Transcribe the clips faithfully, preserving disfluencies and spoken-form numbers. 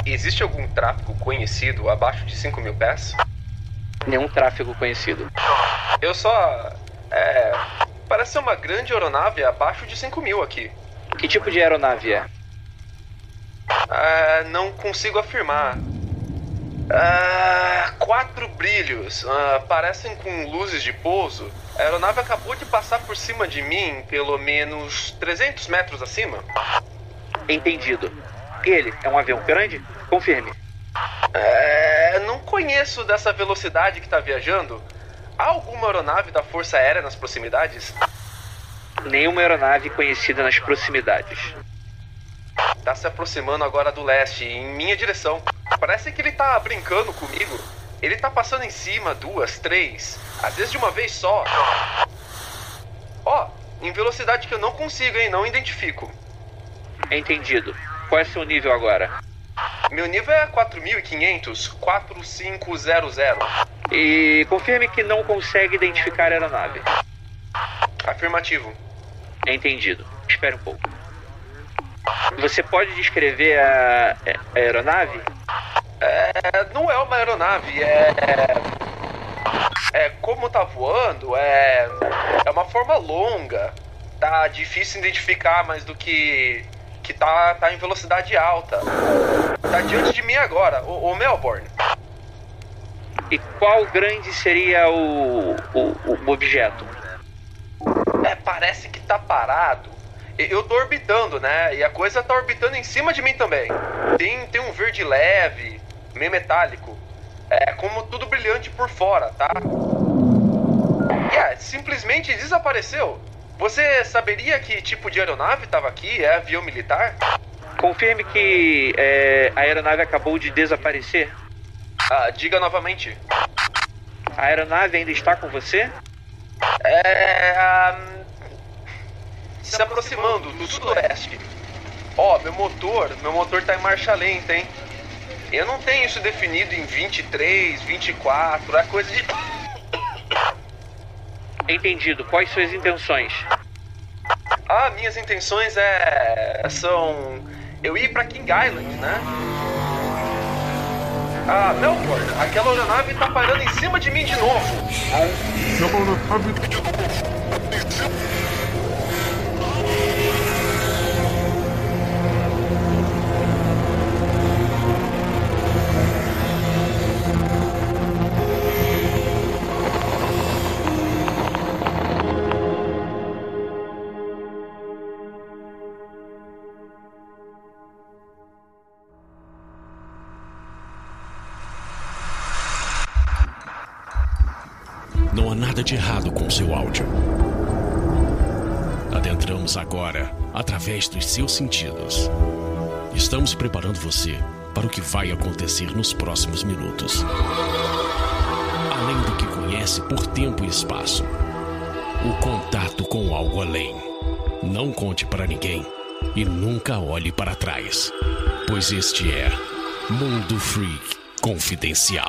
Existe algum tráfego conhecido abaixo de cinco mil pés? Nenhum tráfego conhecido. Eu só... É... Parece ser uma grande aeronave abaixo de cinco mil aqui. Que tipo de aeronave é? É... Não consigo afirmar. É... Quatro brilhos. É... Parecem com luzes de pouso. A aeronave acabou de passar por cima de mim, pelo menos trezentos metros acima. Entendido. Ele é um avião grande? Confirme. É, não conheço dessa velocidade que está viajando. Há alguma aeronave da Força Aérea nas proximidades? Nenhuma aeronave conhecida nas proximidades. Está se aproximando agora do leste, em minha direção. Parece que ele está brincando comigo. Ele está passando em cima, duas, três, às vezes de uma vez só. Ó, oh, em velocidade que eu não consigo, hein? Não identifico. Entendido. Qual é o seu nível agora? Meu nível é quatro mil e quinhentos, quatro cinco zero zero. E confirme que não consegue identificar a aeronave. Afirmativo. Entendido. Espere um pouco. Você pode descrever a, a aeronave? É, não é uma aeronave, é... É como tá voando, é... É uma forma longa. Tá difícil identificar mais do que... Que tá, tá em velocidade alta. Tá diante de mim agora, o, o Melbourne. E qual grande seria o, o, o objeto? É, parece que tá parado. Eu tô orbitando, né? E a coisa tá orbitando em cima de mim também. Tem, tem um verde leve, meio metálico. É como tudo brilhante por fora, tá? E é, simplesmente desapareceu. Você saberia que tipo de aeronave estava aqui? É avião militar? Confirme que é, a aeronave acabou de desaparecer. Ah, diga novamente. A aeronave ainda está com você? É... Um, se aproximando do sudoeste. Ó, oh, meu motor, meu motor tá em marcha lenta, hein? Eu não tenho isso definido em vinte e três, vinte e quatro, é coisa de... Entendido. Quais suas intenções? Ah, minhas intenções é... São... Eu ir pra King Island, né? Ah, Melbourne, aquela aeronave tá parando em cima de mim de novo. Não há nada de errado com seu áudio. Adentramos agora através dos seus sentidos. Estamos preparando você para o que vai acontecer nos próximos minutos. Além do que conhece por tempo e espaço, o contato com algo além. Não conte para ninguém e nunca olhe para trás, pois este é Mundo Freak Confidencial.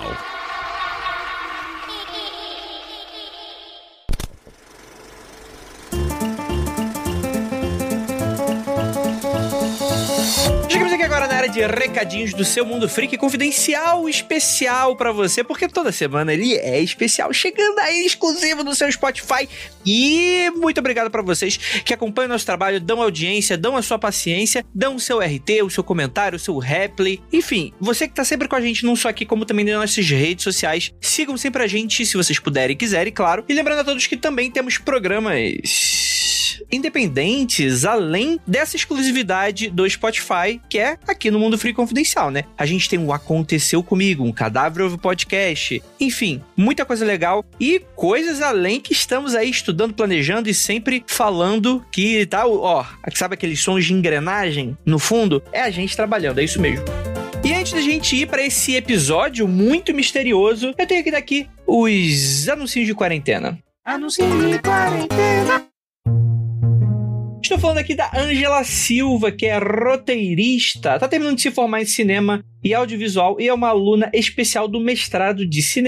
De recadinhos do seu Mundo Freak Confidencial especial pra você, porque toda semana ele é especial, chegando aí exclusivo no seu Spotify. E muito obrigado pra vocês que acompanham o nosso trabalho, dão audiência, dão a sua paciência, dão o seu R T, o seu comentário, o seu replay, enfim, você que tá sempre com a gente, não só aqui como também nas nossas redes sociais. Sigam sempre a gente se vocês puderem e quiserem, claro. E lembrando a todos que também temos programas independentes, além dessa exclusividade do Spotify, que é aqui no Mundo Freak Confidencial, né? A gente tem o Aconteceu Comigo, um Cadáver Ovo Podcast, enfim, muita coisa legal e coisas além que estamos aí estudando, planejando e sempre falando que tá, ó, sabe aqueles sons de engrenagem no fundo? É a gente trabalhando, é isso mesmo. E antes da gente ir para esse episódio muito misterioso, eu tenho aqui daqui os anúncios de quarentena. Anúncios de quarentena. Estou falando aqui da Ângela Silva, que é roteirista, tá terminando de se formar em cinema e audiovisual e é uma aluna especial do mestrado de cinema.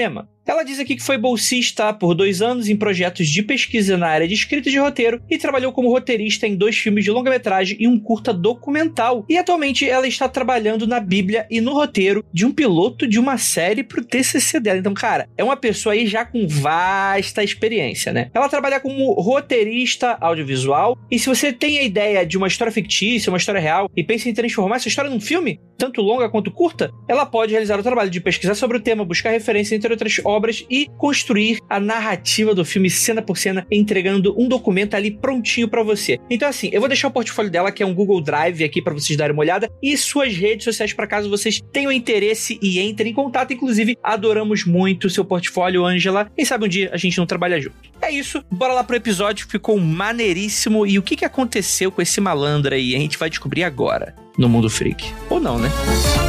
Ela diz aqui que foi bolsista por dois anos em projetos de pesquisa na área de escrita de roteiro e trabalhou como roteirista em dois filmes de longa-metragem e um curta documental. E atualmente ela está trabalhando na Bíblia e no roteiro de um piloto de uma série pro T C C dela. Então, cara, é uma pessoa aí já com vasta experiência, né? Ela trabalha como roteirista audiovisual e se você tem a ideia de uma história fictícia, uma história real e pensa em transformar essa história num filme, tanto longa quanto curta, ela pode realizar o trabalho de pesquisar sobre o tema, buscar referência entre outras obras e construir a narrativa do filme cena por cena, entregando um documento ali prontinho pra você. Então assim, eu vou deixar o portfólio dela, que é um Google Drive aqui pra vocês darem uma olhada, e suas redes sociais pra caso vocês tenham interesse e entrem em contato. Inclusive, adoramos muito o seu portfólio, Ângela. Quem sabe um dia a gente não trabalha junto. É isso, bora lá pro episódio, ficou maneiríssimo. E o que que aconteceu com esse malandro aí? A gente vai descobrir agora no Mundo Freak. Ou não, né?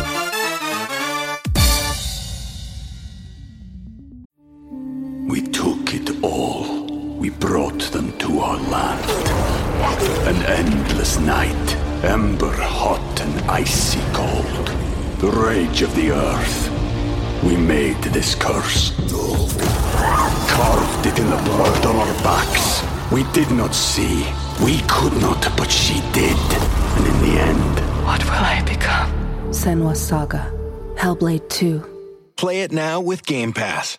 We took it all. We brought them to our land. An endless night, ember hot and icy cold. The rage of the earth. We made this curse. Carved it in the blood on our backs. We did not see. We could not, but she did. And in the end, what will I become? Senua Saga. Hellblade two. Play it now with Game Pass.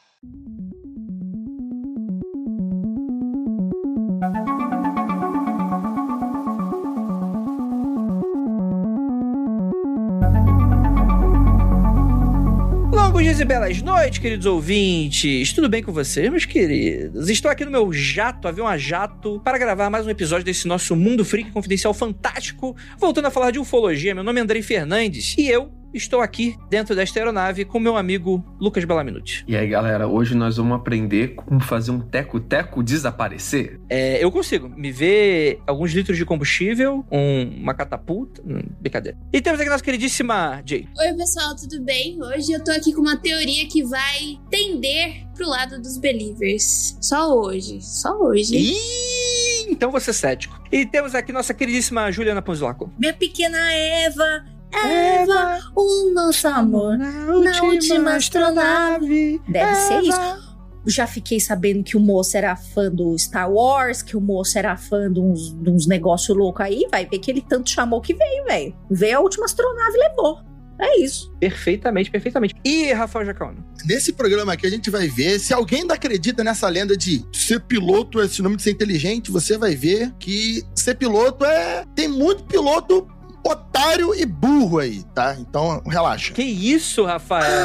Longos dias e belas noites, queridos ouvintes. Tudo bem com vocês, meus queridos? Estou aqui no meu jato, avião a jato, para gravar mais um episódio desse nosso Mundo Freak Confidencial fantástico, voltando a falar de ufologia. Meu nome é Andrei Fernandes e eu estou aqui dentro desta aeronave com meu amigo Lucas Belaminuti. E aí, galera, hoje nós vamos aprender como fazer um teco-teco desaparecer. É, eu consigo me ver alguns litros de combustível, um, uma catapulta, hum, brincadeira. E temos aqui a nossa queridíssima Jay. Oi, pessoal, tudo bem? Hoje eu tô aqui com uma teoria que vai tender pro lado dos believers. Só hoje, só hoje. Ih, então você é cético. E temos aqui nossa queridíssima Juliana Ponzolaco. Minha pequena Eva... Eva, o nosso amor na última, na última astronave. Deve Eva. Ser isso. Já fiquei sabendo que o moço era fã do Star Wars, que o moço era fã de uns, de uns negócios loucos aí. Vai ver que ele tanto chamou que veio, velho. Veio a última astronave e levou. É isso. Perfeitamente, perfeitamente. E Rafael Jacaúna? Nesse programa aqui a gente vai ver, se alguém ainda acredita nessa lenda de ser piloto é sinônimo de ser inteligente, você vai ver que ser piloto é... Tem muito piloto otário e burro aí, tá? Então, relaxa. Que isso, Rafael?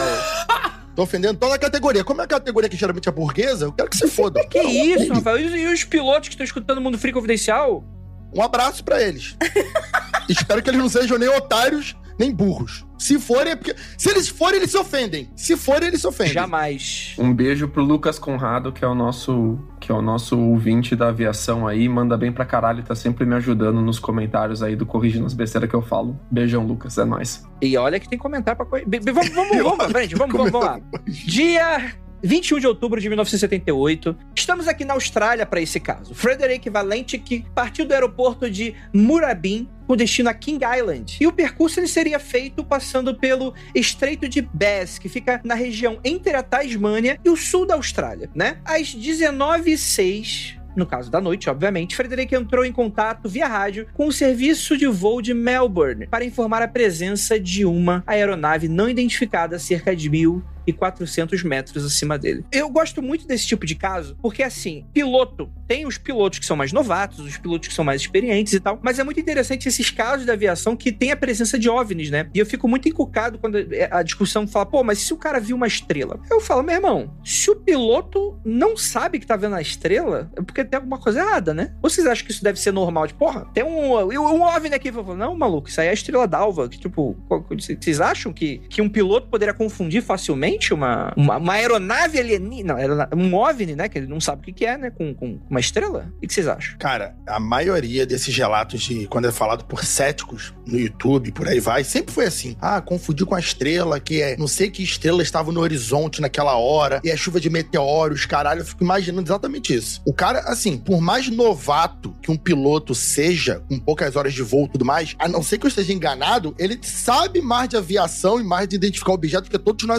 Tô ofendendo toda a categoria. Como é a categoria que geralmente é burguesa, eu quero que se foda. Que isso, Rafael? E os pilotos que estão escutando o Mundo Freak Confidencial? Um abraço pra eles. Espero que eles não sejam nem otários, nem burros. Se forem, é porque... Se eles forem, eles se ofendem. Se forem, eles se ofendem. Jamais. Um beijo pro Lucas Conrado, que é o nosso, que é o nosso ouvinte da aviação aí. Manda bem pra caralho, tá sempre me ajudando nos comentários aí do Corrigindo as Besteiras que eu falo. Beijão, Lucas, é nóis. E olha que tem comentário pra... Vamos, vamos, vamos, vamos pra frente, vamos, vamos, vamos lá. Dia... vinte e um de outubro de mil novecentos e setenta e oito. Estamos aqui na Austrália para esse caso. Frederick Valente, que partiu do aeroporto de Moorabbin com destino a King Island. E o percurso ele seria feito passando pelo Estreito de Bass, que fica na região entre a Tasmânia e o sul da Austrália, né? Às dezenove e seis... no caso da noite, obviamente, Frederick entrou em contato via rádio com o serviço de voo de Melbourne para informar a presença de uma aeronave não identificada a cerca de mil e quatrocentos metros acima dele. Eu gosto muito desse tipo de caso, porque assim, piloto, tem os pilotos que são mais novatos, os pilotos que são mais experientes e tal, mas é muito interessante esses casos da aviação que tem a presença de OVNIs, né? E eu fico muito encucado quando a discussão fala, pô, mas se o cara viu uma estrela? Eu falo, meu irmão, se o piloto não sabe que tá vendo a estrela, é porque tem alguma coisa errada, né? Ou vocês acham que isso deve ser normal? Tipo, porra, tem um, um OVNI aqui. Eu falo, não, maluco, isso aí é a estrela d'alva, que tipo, vocês acham que, que um piloto poderia confundir facilmente Uma, uma, uma aeronave alienígena, não, um OVNI, né, que ele não sabe o que, que é, né, com, com uma estrela? O que vocês acham? Cara, a maioria desses relatos de quando é falado por céticos no YouTube, por aí vai, sempre foi assim, ah, confundi com a estrela, que é, não sei que estrela estava no horizonte naquela hora, e a chuva de meteoros, caralho, eu fico imaginando exatamente isso. O cara, assim, por mais novato que um piloto seja, com poucas horas de voo e tudo mais, a não ser que eu esteja enganado, ele sabe mais de aviação e mais de identificar objetos que todos nós aqui nessa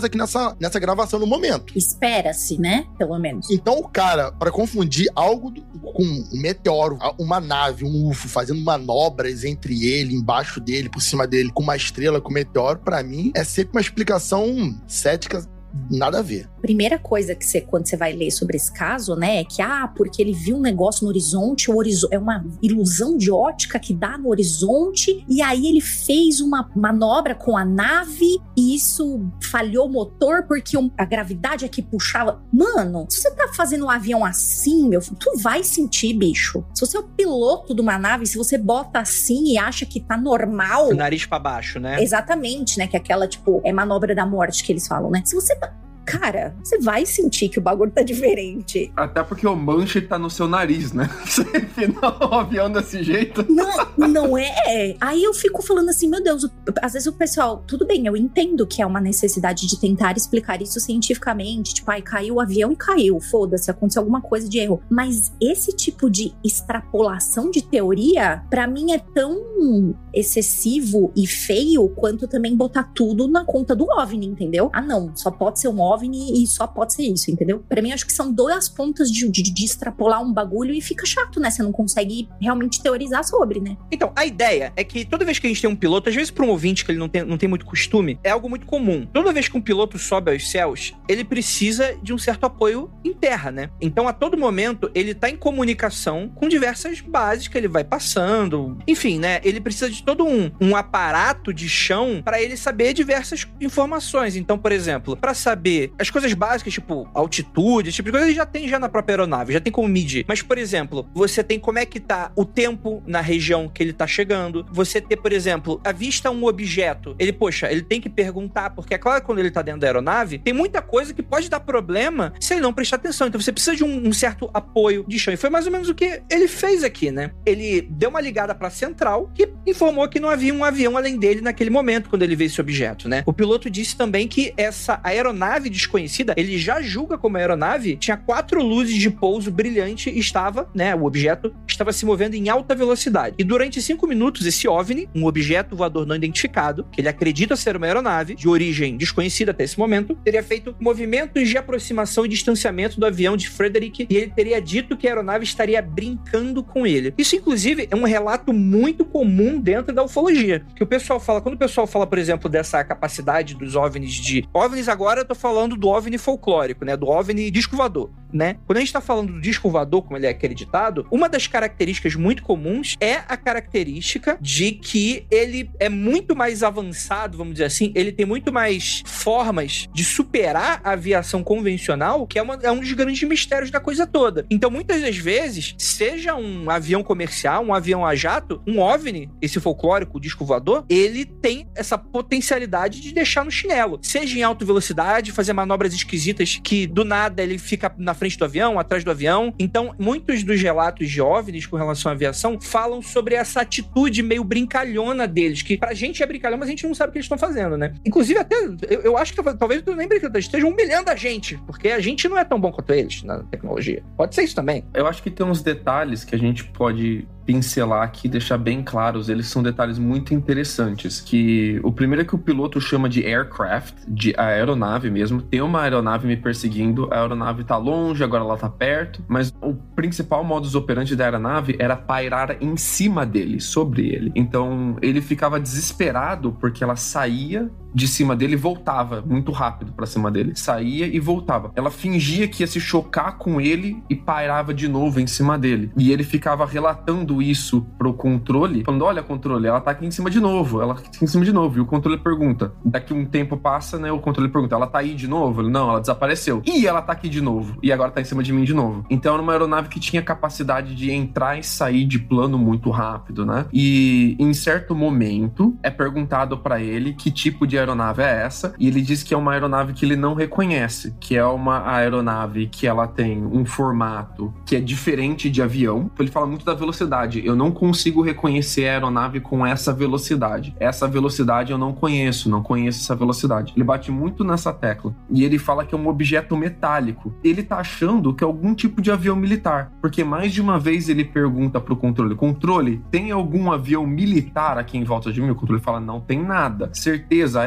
nessa, nessa gravação no momento. Espera-se, né? Pelo menos. Então o cara, pra confundir algo do, com um meteoro, uma nave, um U F O, fazendo manobras entre ele, embaixo dele, por cima dele, com uma estrela, com um meteoro, pra mim, é sempre uma explicação cética, nada a ver. Primeira coisa que você, quando você vai ler sobre esse caso, né, é que, ah, porque ele viu um negócio no horizonte, o horizo- é uma ilusão de ótica que dá no horizonte, e aí ele fez uma manobra com a nave, e isso falhou o motor, porque um, a gravidade é que puxava. Mano, se você tá fazendo um avião assim, meu filho, tu vai sentir, bicho. Se você é o piloto de uma nave, se você bota assim e acha que tá normal... O nariz pra baixo, né? Exatamente, né, que é aquela, tipo, é manobra da morte que eles falam, né? Se você tá... Cara, você vai sentir que o bagulho tá diferente. Até porque o manche tá no seu nariz, né? Você final o avião desse jeito. Não, não é. Aí eu fico falando assim, meu Deus, às vezes o pessoal, tudo bem, eu entendo que é uma necessidade de tentar explicar isso cientificamente, tipo, ai, caiu o avião e caiu, foda-se, aconteceu alguma coisa de erro. Mas esse tipo de extrapolação de teoria, pra mim é tão excessivo e feio quanto também botar tudo na conta do OVNI, entendeu? Ah, não, só pode ser um OVNI e só pode ser isso, entendeu? Pra mim, acho que são duas pontas de, de, de extrapolar um bagulho e fica chato, né? Você não consegue realmente teorizar sobre, né? Então, a ideia é que toda vez que a gente tem um piloto, às vezes pra um ouvinte que ele não tem, não tem muito costume, é algo muito comum. Toda vez que um piloto sobe aos céus, ele precisa de um certo apoio em terra, né? Então, a todo momento, ele tá em comunicação com diversas bases que ele vai passando. Enfim, né? Ele precisa de todo um, um aparato de chão pra ele saber diversas informações. Então, por exemplo, pra saber as coisas básicas, tipo altitude, esse tipo de coisa, ele já tem já na própria aeronave, já tem como medir. Mas, por exemplo, você tem como é que tá o tempo na região que ele tá chegando. Você ter, por exemplo, avista um objeto. Ele, poxa, ele tem que perguntar, porque é claro que quando ele tá dentro da aeronave, tem muita coisa que pode dar problema se ele não prestar atenção. Então você precisa de um, um certo apoio de chão. E foi mais ou menos o que ele fez aqui, né? Ele deu uma ligada pra central que informou que não havia um avião além dele naquele momento, quando ele vê esse objeto, né? O piloto disse também que essa aeronave desconhecida, ele já julga como aeronave, tinha quatro luzes de pouso brilhante e estava, né, o objeto estava se movendo em alta velocidade. E durante cinco minutos, esse OVNI, um objeto voador não identificado, que ele acredita ser uma aeronave, de origem desconhecida até esse momento, teria feito movimentos de aproximação e distanciamento do avião de Frederick, e ele teria dito que a aeronave estaria brincando com ele. Isso, inclusive, é um relato muito comum dentro da ufologia, que o pessoal fala, quando o pessoal fala, por exemplo, dessa capacidade dos OVNIs de... OVNIs agora eu tô falando do OVNI folclórico, né? Do OVNI disco voador, né? Quando a gente tá falando do disco voador, como ele é acreditado, uma das características muito comuns é a característica de que ele é muito mais avançado, vamos dizer assim, ele tem muito mais formas de superar a aviação convencional, que é, uma, é um dos grandes mistérios da coisa toda. Então, muitas das vezes, seja um avião comercial, um avião a jato, um OVNI, esse folclórico, o disco voador, ele tem essa potencialidade de deixar no chinelo. Seja em alta velocidade, fazer manobras esquisitas que, do nada, ele fica na frente do avião, atrás do avião. Então, muitos dos relatos de OVNIs com relação à aviação falam sobre essa atitude meio brincalhona deles, que pra gente é brincalhão, mas a gente não sabe o que eles estão fazendo, né? Inclusive, até, eu, eu acho que talvez eu lembre que estejam humilhando a gente, porque a gente não é tão bom quanto eles na tecnologia. Pode ser isso também. Eu acho que tem uns detalhes que a gente pode pincelar aqui, deixar bem claros, eles são detalhes muito interessantes, que o primeiro é que o piloto chama de aircraft, de aeronave mesmo, tem uma aeronave me perseguindo, a aeronave tá longe, agora ela tá perto, mas o principal modus operandi da aeronave era pairar em cima dele, sobre ele, então ele ficava desesperado porque ela saía de cima dele e voltava muito rápido pra cima dele, saía e voltava, ela fingia que ia se chocar com ele e pairava de novo em cima dele, e ele ficava relatando isso pro controle, falando, olha, controle, ela tá aqui em cima de novo, ela tá aqui em cima de novo, e o controle pergunta, daqui um tempo passa, né, o controle pergunta, ela tá aí de novo? Ele, não, ela desapareceu, e ela tá aqui de novo, e agora tá em cima de mim de novo. Então era uma aeronave que tinha capacidade de entrar e sair de plano muito rápido, né, e em certo momento é perguntado pra ele que tipo de aeronave é essa, e ele diz que é uma aeronave que ele não reconhece, que é uma aeronave que ela tem um formato que é diferente de avião, ele fala muito da velocidade. Eu não consigo reconhecer a aeronave com essa velocidade. Essa velocidade eu não conheço, não conheço essa velocidade. Ele bate muito nessa tecla. E ele fala que é um objeto metálico. Ele tá achando que é algum tipo de avião militar. Porque mais de uma vez ele pergunta pro controle, controle, tem algum avião militar aqui em volta de mim? O controle fala, não tem nada. Certeza é?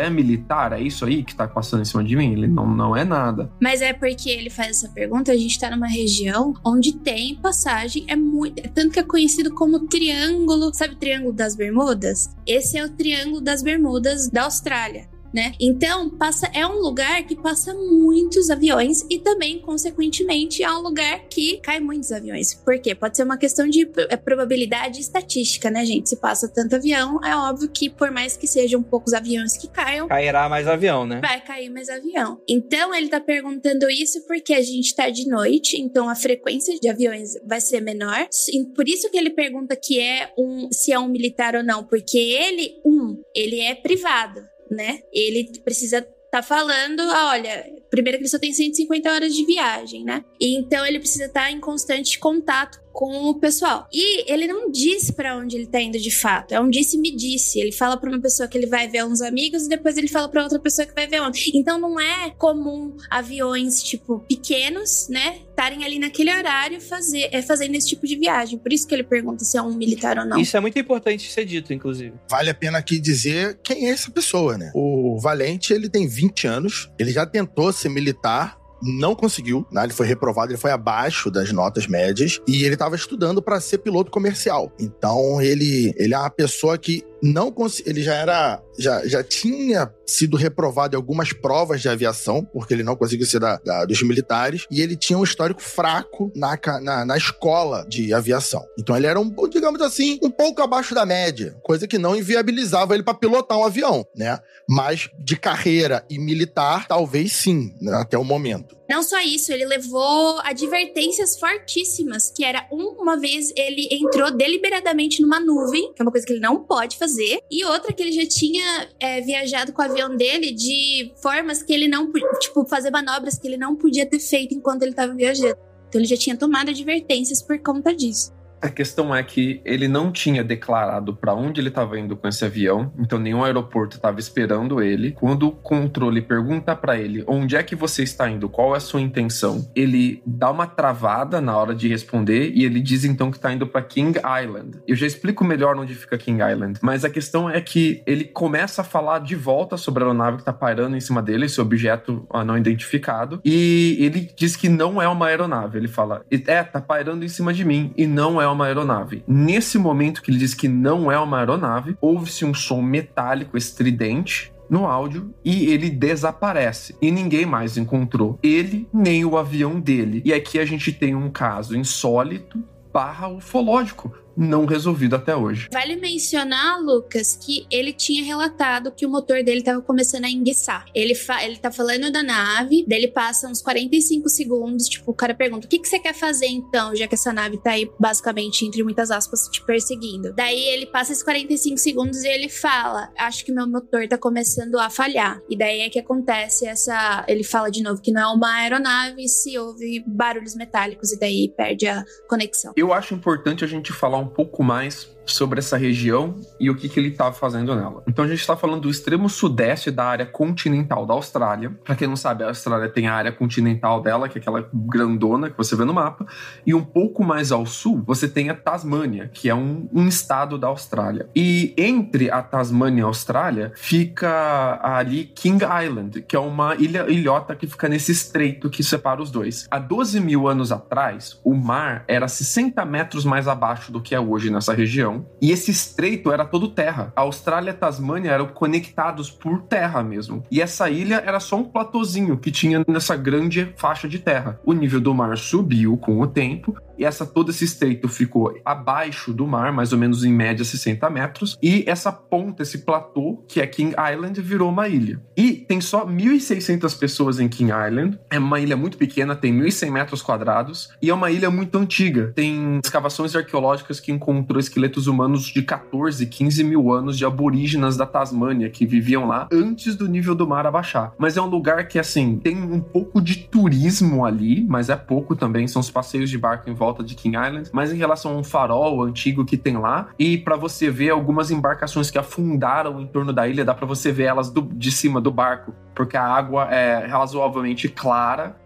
é militar? É isso aí que tá passando em cima de mim? Ele não, não é nada. Mas é porque ele faz essa pergunta, a gente tá numa região onde tem passagem, é muito, tanto que é conhecido como Triângulo, sabe o Triângulo das Bermudas? Esse é o Triângulo das Bermudas da Austrália. Né? Então, passa, é um lugar que passa muitos aviões e também, consequentemente, é um lugar que cai muitos aviões. Por quê? Pode ser uma questão de é, probabilidade estatística, né, gente? Se passa tanto avião, é óbvio que por mais que sejam poucos aviões que caiam... Cairá mais avião, né? Vai cair mais avião. Então, ele tá perguntando isso porque a gente tá de noite, então a frequência de aviões vai ser menor. Por isso que ele pergunta que é um, se é um militar ou não, porque ele, um, ele é privado. Né? Ele precisa tá falando, olha, primeiro que ele só tem cento e cinquenta horas de viagem, né? E então ele precisa estar em constante contato com o pessoal. E ele não diz pra onde ele tá indo de fato. É um disse-me-disse. Ele fala pra uma pessoa que ele vai ver uns amigos e depois ele fala pra outra pessoa que vai ver onde. Então não é comum aviões, tipo, pequenos, né? Estarem ali naquele horário fazer, é, fazendo esse tipo de viagem. Por isso que ele pergunta se é um militar ou não. Isso é muito importante ser dito, inclusive. Vale a pena aqui dizer quem é essa pessoa, né? O Valente, ele tem vinte anos. Ele já tentou ser militar. Não conseguiu, né? Ele foi reprovado, ele foi abaixo das notas médias e ele estava estudando para ser piloto comercial. Então ele, ele é uma pessoa que não cons... ele já era já, já tinha sido reprovado em algumas provas de aviação, porque ele não conseguiu ser da, da, dos militares, e ele tinha um histórico fraco na, na, na escola de aviação. Então ele era, um, digamos assim, um pouco abaixo da média, coisa que não inviabilizava ele para pilotar um avião, né? Mas de carreira e militar, talvez sim, né? Até o momento. Não só isso, ele levou advertências fortíssimas, que era uma vez ele entrou deliberadamente numa nuvem, que é uma coisa que ele não pode fazer, e outra que ele já tinha é, viajado com o avião dele de formas que ele não, tipo, fazer manobras que ele não podia ter feito enquanto ele estava viajando. Então ele já tinha tomado advertências por conta disso. A questão é que ele não tinha declarado para onde ele estava indo com esse avião, então nenhum aeroporto estava esperando ele. Quando o controle pergunta para ele onde é que você está indo, qual é a sua intenção, ele dá uma travada na hora de responder e ele diz então que está indo para King Island. Eu já explico melhor onde fica King Island, mas a questão é que ele começa a falar de volta sobre a aeronave que está pairando em cima dele, esse objeto não identificado, e ele diz que não é uma aeronave. Ele fala, é, tá pairando em cima de mim e não é uma aeronave. Nesse momento que ele diz que não é uma aeronave, houve-se um som metálico estridente no áudio e ele desaparece. E ninguém mais encontrou ele nem o avião dele. E aqui a gente tem um caso insólito barra ufológico não resolvido até hoje. Vale mencionar, Lucas, que ele tinha relatado que o motor dele estava começando a enguiçar. Ele, fa- ele tá falando da nave, daí ele passa uns quarenta e cinco segundos, tipo, o cara pergunta, o que, que você quer fazer então, já que essa nave tá aí, basicamente, entre muitas aspas, te perseguindo? Daí ele passa esses quarenta e cinco segundos e ele fala, acho que meu motor tá começando a falhar. E daí é que acontece essa... Ele fala de novo que não é uma aeronave, se ouve barulhos metálicos e daí perde a conexão. Eu acho importante a gente falar um pouco mais sobre essa região e o que, que ele estava fazendo nela. Então a gente está falando do extremo sudeste da área continental da Austrália. Para quem não sabe, a Austrália tem a área continental dela, que é aquela grandona que você vê no mapa, e um pouco mais ao sul você tem a Tasmânia, que é um, um estado da Austrália. E entre a Tasmânia e a Austrália fica ali King Island, que é uma ilha, ilhota que fica nesse estreito que separa os dois. Há doze mil anos atrás, o mar era sessenta metros mais abaixo do que é hoje nessa região. E esse estreito era todo terra. A Austrália e a Tasmânia eram conectados por terra mesmo. E essa ilha era só um platôzinho que tinha nessa grande faixa de terra. O nível do mar subiu com o tempo e essa, todo esse estreito ficou abaixo do mar, mais ou menos em média sessenta metros, e essa ponta, esse platô, que é King Island, virou uma ilha. E tem só mil e seiscentas pessoas em King Island, é uma ilha muito pequena, tem mil e cem metros quadrados, e é uma ilha muito antiga. Tem escavações arqueológicas que encontrou esqueletos humanos de quatorze, quinze mil anos de aborígenas da Tasmânia, que viviam lá antes do nível do mar abaixar. Mas é um lugar que, assim, tem um pouco de turismo ali, mas é pouco também, são os passeios de barco em volta de King Island, mas em relação a um farol antigo que tem lá, e para você ver algumas embarcações que afundaram em torno da ilha, dá para você ver elas do, de cima do barco, porque a água é razoavelmente clara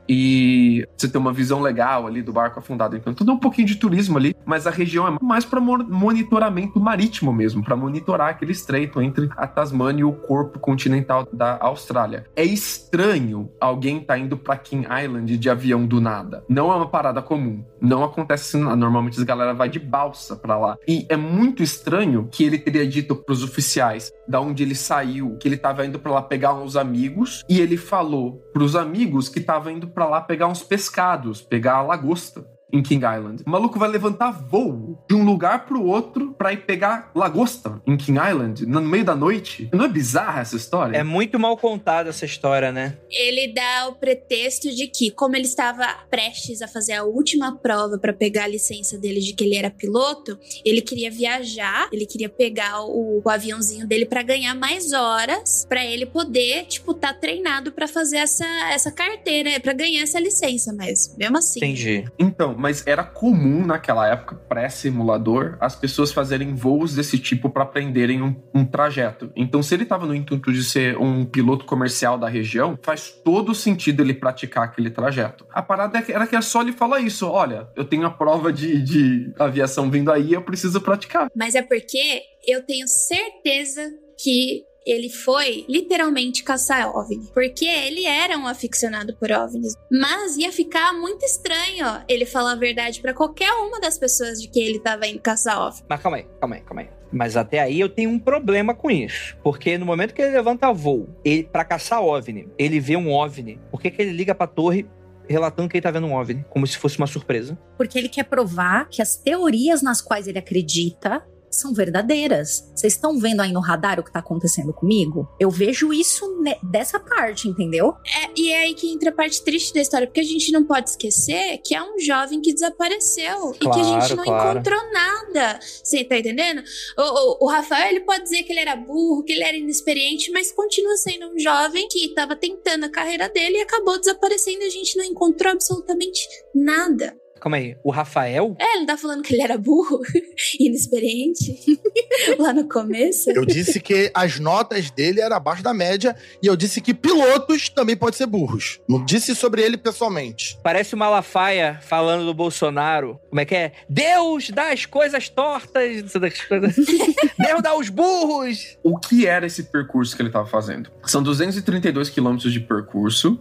e você tem uma visão legal ali do barco afundado. Então tudo é um pouquinho de turismo ali, mas a região é mais para monitoramento marítimo mesmo, para monitorar aquele estreito entre a Tasmânia e o corpo continental da Austrália. É estranho alguém tá indo para King Island de avião do nada. Não é uma parada comum. Não acontece assim. Normalmente a galera vai de balsa para lá. E é muito estranho que ele teria dito pros oficiais da onde ele saiu, que ele tava indo para lá pegar uns amigos, e ele falou pros amigos que tava indo para lá pegar uns pescados, pegar a lagosta em King Island. O maluco vai levantar voo de um lugar pro outro pra ir pegar lagosta em King Island no meio da noite. Não é bizarra essa história? É muito mal contada essa história, né? Ele dá o pretexto de que, como ele estava prestes a fazer a última prova pra pegar a licença dele de que ele era piloto, ele queria viajar, ele queria pegar o, o aviãozinho dele pra ganhar mais horas, pra ele poder, tipo, tá treinado pra fazer essa, essa carteira, pra ganhar essa licença, mas mesmo assim. Entendi. Então, mas era comum naquela época, pré-simulador, as pessoas fazerem voos desse tipo para aprenderem um, um trajeto. Então, se ele estava no intuito de ser um piloto comercial da região, faz todo sentido ele praticar aquele trajeto. A parada era que é só ele falar isso: olha, eu tenho a prova de, de aviação vindo aí, eu preciso praticar. Mas é porque eu tenho certeza que ele foi literalmente caçar OVNI, porque ele era um aficionado por OVNIs. Mas ia ficar muito estranho ó, ele falar a verdade pra qualquer uma das pessoas de que ele tava indo caçar OVNI. Mas calma aí, calma aí, calma aí. Mas até aí eu tenho um problema com isso. Porque no momento que ele levanta voo, ele, pra caçar OVNI, ele vê um OVNI, por que que ele liga pra torre relatando que ele tá vendo um OVNI? Como se fosse uma surpresa. Porque ele quer provar que as teorias nas quais ele acredita são verdadeiras. Vocês estão vendo aí no radar o que tá acontecendo comigo? Eu vejo isso ne- dessa parte, entendeu? É, e é aí que entra a parte triste da história, porque a gente não pode esquecer que é um jovem que desapareceu, claro, e que a gente não claro. encontrou nada. Você tá entendendo? O, o, o Rafael, ele pode dizer que ele era burro, que ele era inexperiente, mas continua sendo um jovem que tava tentando a carreira dele e acabou desaparecendo e a gente não encontrou absolutamente nada. Calma aí, o Rafael? É, ele não tá falando que ele era burro, inexperiente, lá no começo? Eu disse que as notas dele eram abaixo da média e eu disse que pilotos também podem ser burros. Não disse sobre ele pessoalmente. Parece o Malafaia falando do Bolsonaro. Como é que é? Deus dá as coisas tortas. Deus dá os burros. O que era esse percurso que ele tava fazendo? São duzentos e trinta e dois quilômetros de percurso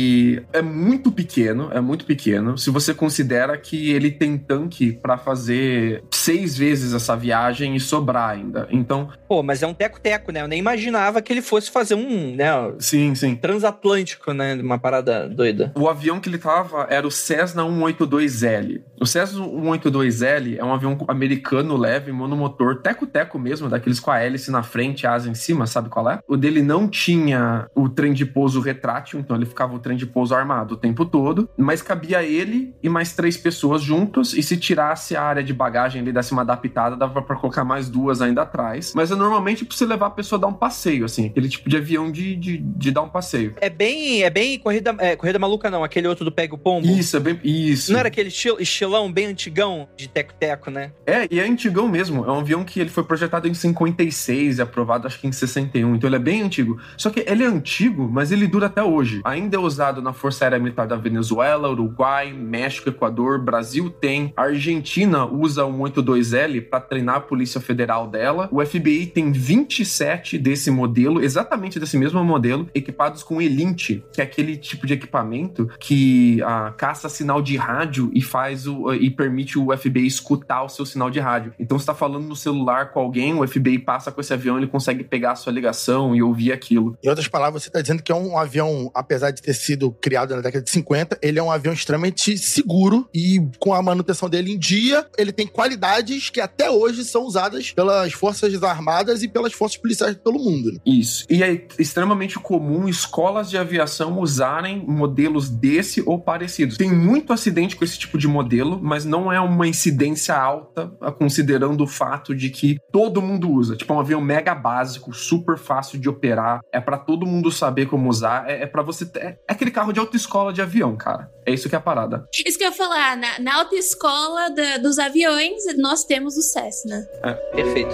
e é muito pequeno, é muito pequeno. Se você considera que ele tem tanque pra fazer seis vezes essa viagem e sobrar ainda. Então... Pô, mas é um teco-teco, né? Eu nem imaginava que ele fosse fazer um, né? Sim, sim. Transatlântico, né? Uma parada doida. O avião que ele tava era o Cessna cento e oitenta e dois L. O Cessna cento e oitenta e dois L é um avião americano leve, monomotor, teco-teco mesmo, daqueles com a hélice na frente e a asa em cima, sabe qual é? O dele não tinha o trem de pouso retrátil, então ele ficava o trem de pouso armado o tempo todo, mas cabia ele e mais três pessoas juntos, e se tirasse a área de bagagem ali, desse uma adaptada, dava pra colocar mais duas ainda atrás. Mas é normalmente pra você levar a pessoa a dar um passeio, assim, aquele tipo de avião de, de, de dar um passeio. É bem, é bem corrida, é, corrida maluca não, aquele outro do Pega o Pombo. Isso, é bem, isso. Não era aquele estilo, estilão bem antigão de teco-teco, né? É, e é antigão mesmo, é um avião que ele foi projetado em cinquenta e seis e aprovado acho que em sessenta e um, então ele é bem antigo. Só que ele é antigo, mas ele dura até hoje. Ainda é usado na Força Aérea Militar da Venezuela, Uruguai, México, Equador, Brasil tem, a Argentina usa o cento e oitenta e dois L para treinar a Polícia Federal dela, o F B I tem vinte e sete desse modelo, exatamente desse mesmo modelo, equipados com Elint, que é aquele tipo de equipamento que ah, caça sinal de rádio e faz o, e permite o F B I escutar o seu sinal de rádio. Então você tá falando no celular com alguém, o F B I passa com esse avião, ele consegue pegar a sua ligação e ouvir aquilo. Em outras palavras, você tá dizendo que é um avião, apesar de ter sido criado na década de cinquenta, ele é um avião extremamente seguro e com a manutenção dele em dia, ele tem qualidades que até hoje são usadas pelas forças armadas e pelas forças policiais de todo mundo. Né? Isso. E é extremamente comum escolas de aviação usarem modelos desse ou parecidos. Tem muito acidente com esse tipo de modelo, mas não é uma incidência alta, considerando o fato de que todo mundo usa. Tipo, é um avião mega básico, super fácil de operar, é pra todo mundo saber como usar, é, é pra você ter... É aquele carro de autoescola de avião, cara. É isso que é a parada. Isso que eu ia falar, na, na autoescola da, dos aviões, nós temos o Cessna. É, perfeito.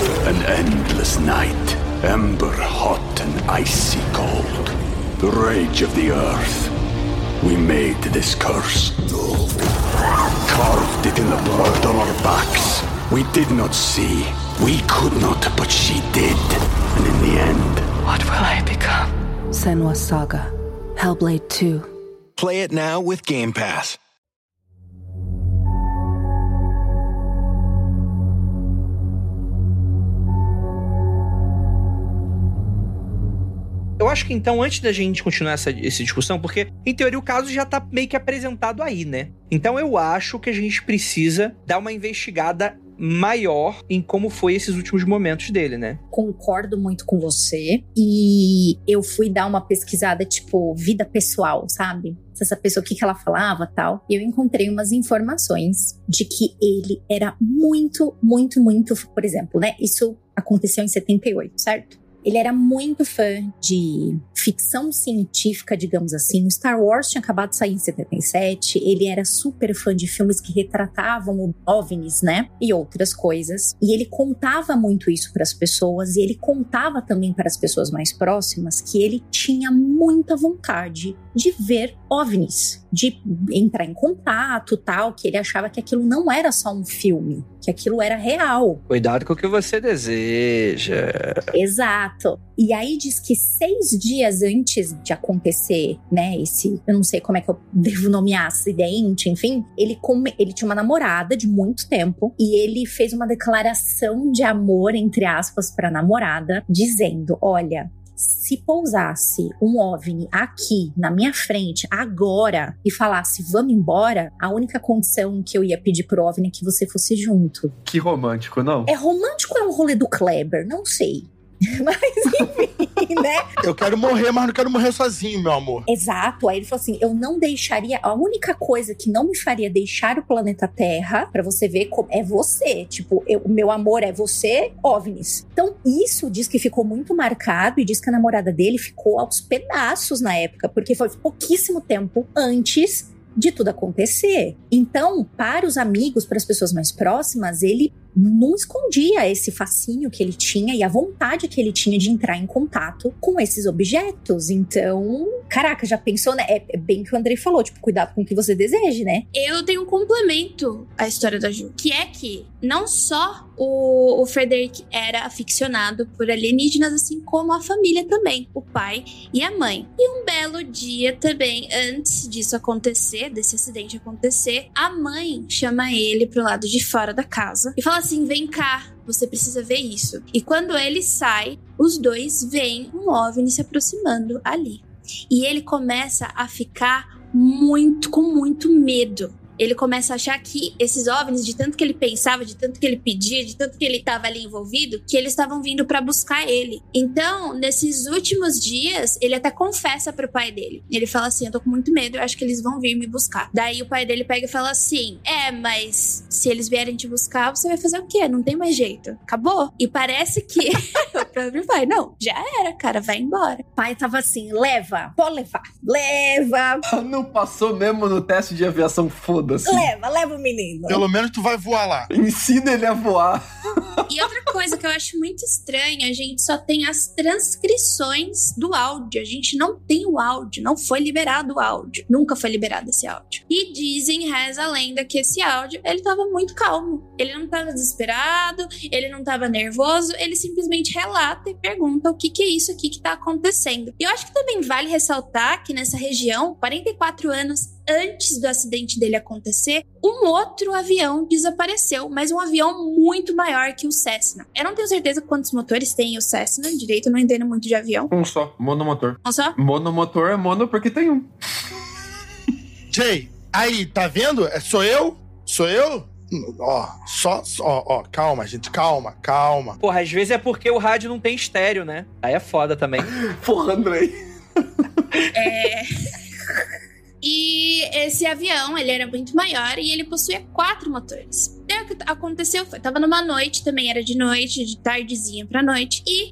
An endless night, ember hot and icy cold. The rage of the earth. We made this curse. Carved it in the blood on our backs. We did not see. We could not, but she did. And in the end, What will I become? Senua's Saga. Hellblade two. Play it now with Game Pass. Eu acho que então, antes da gente continuar essa, essa discussão, porque em teoria o caso já tá meio que apresentado aí, né? Então eu acho que a gente precisa dar uma investigada maior em como foi esses últimos momentos dele, né? Concordo muito com você. E eu fui dar uma pesquisada, tipo, vida pessoal, sabe? Essa pessoa, o que, que ela falava e tal. E eu encontrei umas informações de que ele era muito, muito, muito... Por exemplo, né? Isso aconteceu em setenta e oito, certo? Ele era muito fã de ficção científica, digamos assim. O Star Wars tinha acabado de sair em setenta e sete. Ele era super fã de filmes que retratavam OVNIs, né? E outras coisas. E ele contava muito isso para as pessoas. E ele contava também para as pessoas mais próximas que ele tinha muita vontade de ver OVNIs. De entrar em contato, tal. Que ele achava que aquilo não era só um filme. Que aquilo era real. Cuidado com o que você deseja. Exato. E aí diz que seis dias antes de acontecer, né, esse, eu não sei como é que eu devo nomear, acidente, enfim, ele, come, ele tinha uma namorada de muito tempo e ele fez uma declaração de amor, entre aspas, para a namorada, dizendo, olha, se pousasse um OVNI aqui, na minha frente, agora, e falasse, vamos embora, a única condição que eu ia pedir pro OVNI é que você fosse junto. Que romântico, não? É romântico ou é um rolê do Kleber? Não sei. Mas enfim, né? Eu quero morrer, mas não quero morrer sozinho, meu amor. Exato. Aí ele falou assim, eu não deixaria... A única coisa que não me faria deixar o planeta Terra, pra você ver, como é você. Tipo, o meu amor é você, OVNIs. Então, isso diz que ficou muito marcado e diz que a namorada dele ficou aos pedaços na época, porque foi pouquíssimo tempo antes de tudo acontecer. Então, para os amigos, para as pessoas mais próximas, ele não escondia esse fascínio que ele tinha e a vontade que ele tinha de entrar em contato com esses objetos. Então, caraca, já pensou, né? É bem o que o Andrei falou, tipo, cuidado com o que você deseje, né? Eu tenho um complemento à história da Ju, que é que não só o, o Frederick era aficionado por alienígenas, assim como a família também, o pai e a mãe. E um belo dia também, antes disso acontecer, desse acidente acontecer, a mãe chama ele pro lado de fora da casa e fala assim, vem cá, você precisa ver isso. E quando ele sai, os dois veem um OVNI se aproximando ali. E ele começa a ficar muito, com muito medo. Ele começa a achar que esses OVNIs, de tanto que ele pensava, de tanto que ele pedia, de tanto que ele estava ali envolvido, que eles estavam vindo para buscar ele. Então, nesses últimos dias, ele até confessa pro pai dele. Ele fala assim, eu tô com muito medo, eu acho que eles vão vir me buscar. Daí o pai dele pega e fala assim, é, mas se eles vierem te buscar, você vai fazer o quê? Não tem mais jeito. Acabou. E parece que o próprio pai, não, já era, cara, vai embora. O pai tava assim, leva, pode levar, leva. Não passou mesmo no teste de aviação, foda. Assim. Leva, leva o menino. Pelo menos tu vai voar lá. Ensina ele a voar. E outra coisa que eu acho muito estranha, a gente só tem as transcrições do áudio. A gente não tem o áudio, não foi liberado o áudio. Nunca foi liberado esse áudio. E dizem, reza a lenda, que esse áudio, ele tava muito calmo. Ele não tava desesperado, ele não tava nervoso, ele simplesmente relata e pergunta o que que é isso aqui que tá acontecendo. E eu acho que também vale ressaltar que nessa região, quarenta e quatro anos antes do acidente dele acontecer, um outro avião desapareceu, mas um avião muito maior que o Cessna. Eu não tenho certeza quantos motores tem o Cessna, direito, eu não entendo muito de avião. Um só, monomotor. Um só? Monomotor é mono porque tem um. Jay, aí, tá vendo? É, sou eu? Sou eu? Ó, só, ó, ó, calma, gente, calma, calma. Porra, às vezes é porque o rádio não tem estéreo, né? Aí é foda também. Porra, Andrei. É... E esse avião, ele era muito maior e ele possuía quatro motores. Daí o que aconteceu foi, tava numa noite, também era de noite, de tardezinha pra noite, e era uma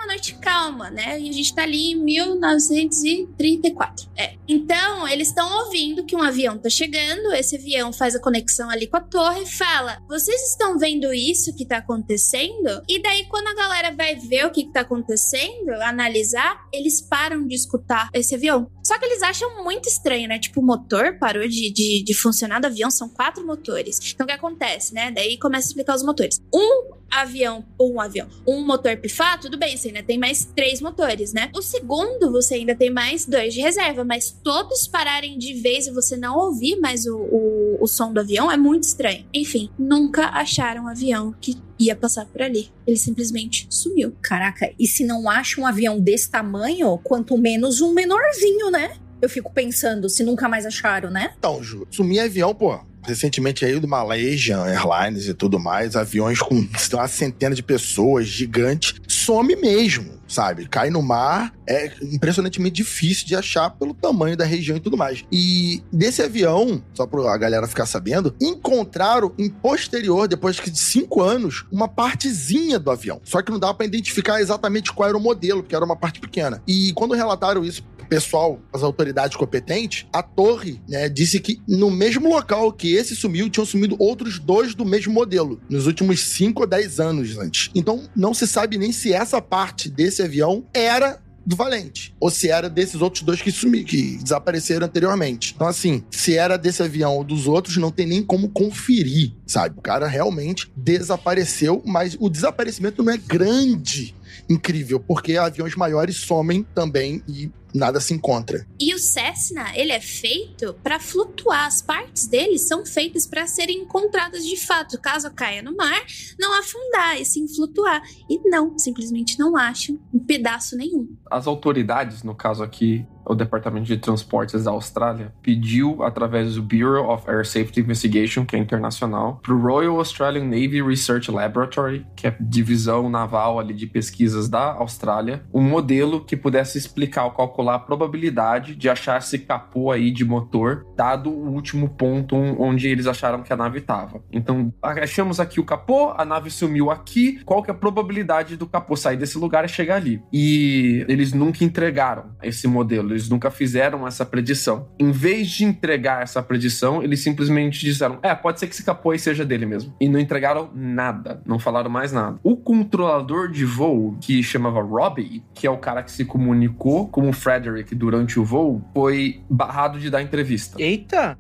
noite calma, né? E a gente tá ali em mil novecentos e trinta e quatro. É. Então, eles estão ouvindo que um avião tá chegando, esse avião faz a conexão ali com a torre e fala: vocês estão vendo isso que tá acontecendo? E daí, quando a galera vai ver o que, que tá acontecendo, analisar, eles param de escutar esse avião. Só que eles acham muito estranho, né? Tipo, o motor parou de, de, de funcionar do avião, são quatro motores. Então, o que acontece, né? Daí começa a explicar os motores. Um avião, um avião, um motor pifar, tudo bem, você ainda tem mais três motores, né? O segundo, você ainda tem mais dois de reserva, mas todos pararem de vez e você não ouvir mais o, o, o som do avião é muito estranho. Enfim, nunca acharam um avião que ia passar por ali. Ele simplesmente sumiu. Caraca, e se não acha um avião desse tamanho, quanto menos um menorzinho, né? Eu fico pensando, se nunca mais acharam, né? Então, Ju, sumir avião, pô. Recentemente aí do Malaysian Airlines e tudo mais, aviões com uma centena de pessoas, gigante, some mesmo, sabe? Cai no mar, é impressionantemente difícil de achar pelo tamanho da região e tudo mais. E desse avião, só pra galera ficar sabendo, encontraram em posterior, depois de cinco anos, uma partezinha do avião. Só que não dava pra identificar exatamente qual era o modelo, porque era uma parte pequena. E quando relataram isso pessoal, as autoridades competentes, a torre, né, disse que no mesmo local que esse sumiu, tinham sumido outros dois do mesmo modelo, nos últimos cinco ou dez anos antes. Então, não se sabe nem se essa parte desse avião era do Valente, ou se era desses outros dois que sumiram, que desapareceram anteriormente. Então, assim, se era desse avião ou dos outros, não tem nem como conferir, sabe? O cara realmente desapareceu, mas o desaparecimento não é grande, incrível, porque aviões maiores somem também e nada se encontra. E o Cessna, ele é feito para flutuar. As partes dele são feitas para serem encontradas de fato. Caso caia no mar, não afundar e sim flutuar. E não, simplesmente não acham um pedaço nenhum. As autoridades, no caso aqui, o Departamento de Transportes da Austrália, pediu, através do Bureau of Air Safety Investigation, que é internacional, para o Royal Australian Navy Research Laboratory, que é a divisão naval ali de pesquisas da Austrália, um modelo que pudesse explicar ou calcular a probabilidade de achar esse capô aí de motor, dado o último ponto onde eles acharam que a nave estava. Então, achamos aqui o capô, a nave sumiu aqui, qual que é a probabilidade do capô sair desse lugar e chegar ali? E eles nunca entregaram esse modelo, eles nunca fizeram essa predição. Em vez de entregar essa predição, eles simplesmente disseram, é, pode ser que esse capô aí seja dele mesmo. E não entregaram nada, não falaram mais nada. O controlador de voo, que chamava Robbie, que é o cara que se comunicou com o Frederick durante o voo, foi barrado de dar entrevista. Eita!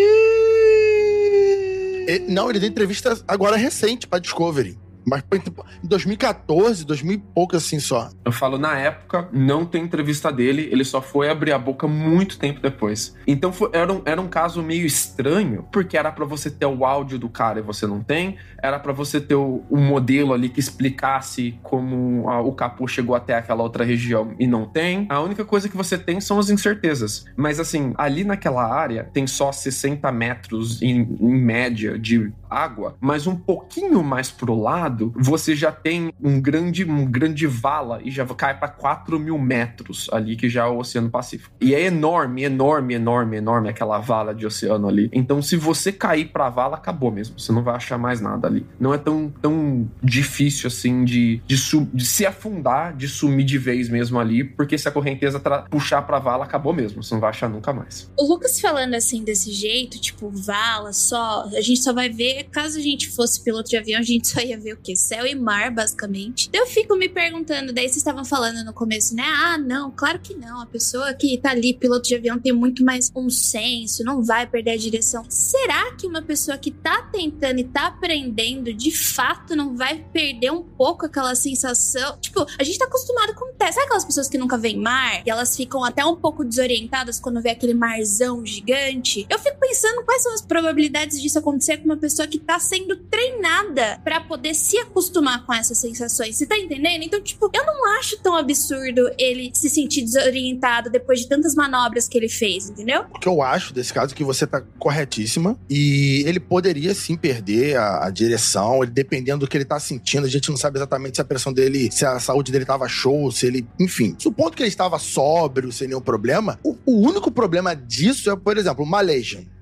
E... Não, ele deu entrevista agora recente pra Discovery. Mas em dois mil e catorze, dois mil e pouco assim só. Eu falo, na época, não tem entrevista dele, ele só foi abrir a boca muito tempo depois. Então foi, era, um, era um caso meio estranho, porque era pra você ter o áudio do cara e você não tem, era pra você ter o, o modelo ali que explicasse como a, o capô chegou até aquela outra região e não tem. A única coisa que você tem são as incertezas. Mas assim, ali naquela área tem só sessenta metros em, em média de água, mas um pouquinho mais pro lado você já tem um grande, um grande vala e já cai para quatro mil metros ali, que já é o Oceano Pacífico. E é enorme, enorme, enorme, enorme aquela vala de oceano ali. Então, se você cair pra vala, acabou mesmo. Você não vai achar mais nada ali. Não é tão, tão difícil assim de, de, su- de se afundar, de sumir de vez mesmo ali, porque se a correnteza tra- puxar pra vala, acabou mesmo. Você não vai achar nunca mais. O Lucas falando assim desse jeito, tipo, vala só, a gente só vai ver, caso a gente fosse piloto de avião, a gente só ia ver o quê? Céu e mar, basicamente. Eu fico me perguntando, daí vocês estavam falando no começo, né? Ah, não, claro que não. A pessoa que tá ali, piloto de avião, tem muito mais um senso, não vai perder a direção. Será que uma pessoa que tá tentando e tá aprendendo, de fato, não vai perder um pouco aquela sensação? Tipo, a gente tá acostumado com terra. Sabe aquelas pessoas que nunca veem mar? E elas ficam até um pouco desorientadas quando vê aquele marzão gigante? Eu fico pensando quais são as probabilidades disso acontecer com uma pessoa que tá sendo treinada pra poder se acostumar com essas sensações. Você tá entendendo? Então, tipo, eu não acho tão absurdo ele se sentir desorientado depois de tantas manobras que ele fez, entendeu? O que eu acho desse caso é que você tá corretíssima e ele poderia sim perder a, a direção, ele, dependendo do que ele tá sentindo. A gente não sabe exatamente se a pressão dele, se a saúde dele tava show, se ele... Enfim, supondo que ele estava sóbrio, sem nenhum problema, o, o único problema disso é, por exemplo, o Malaysian.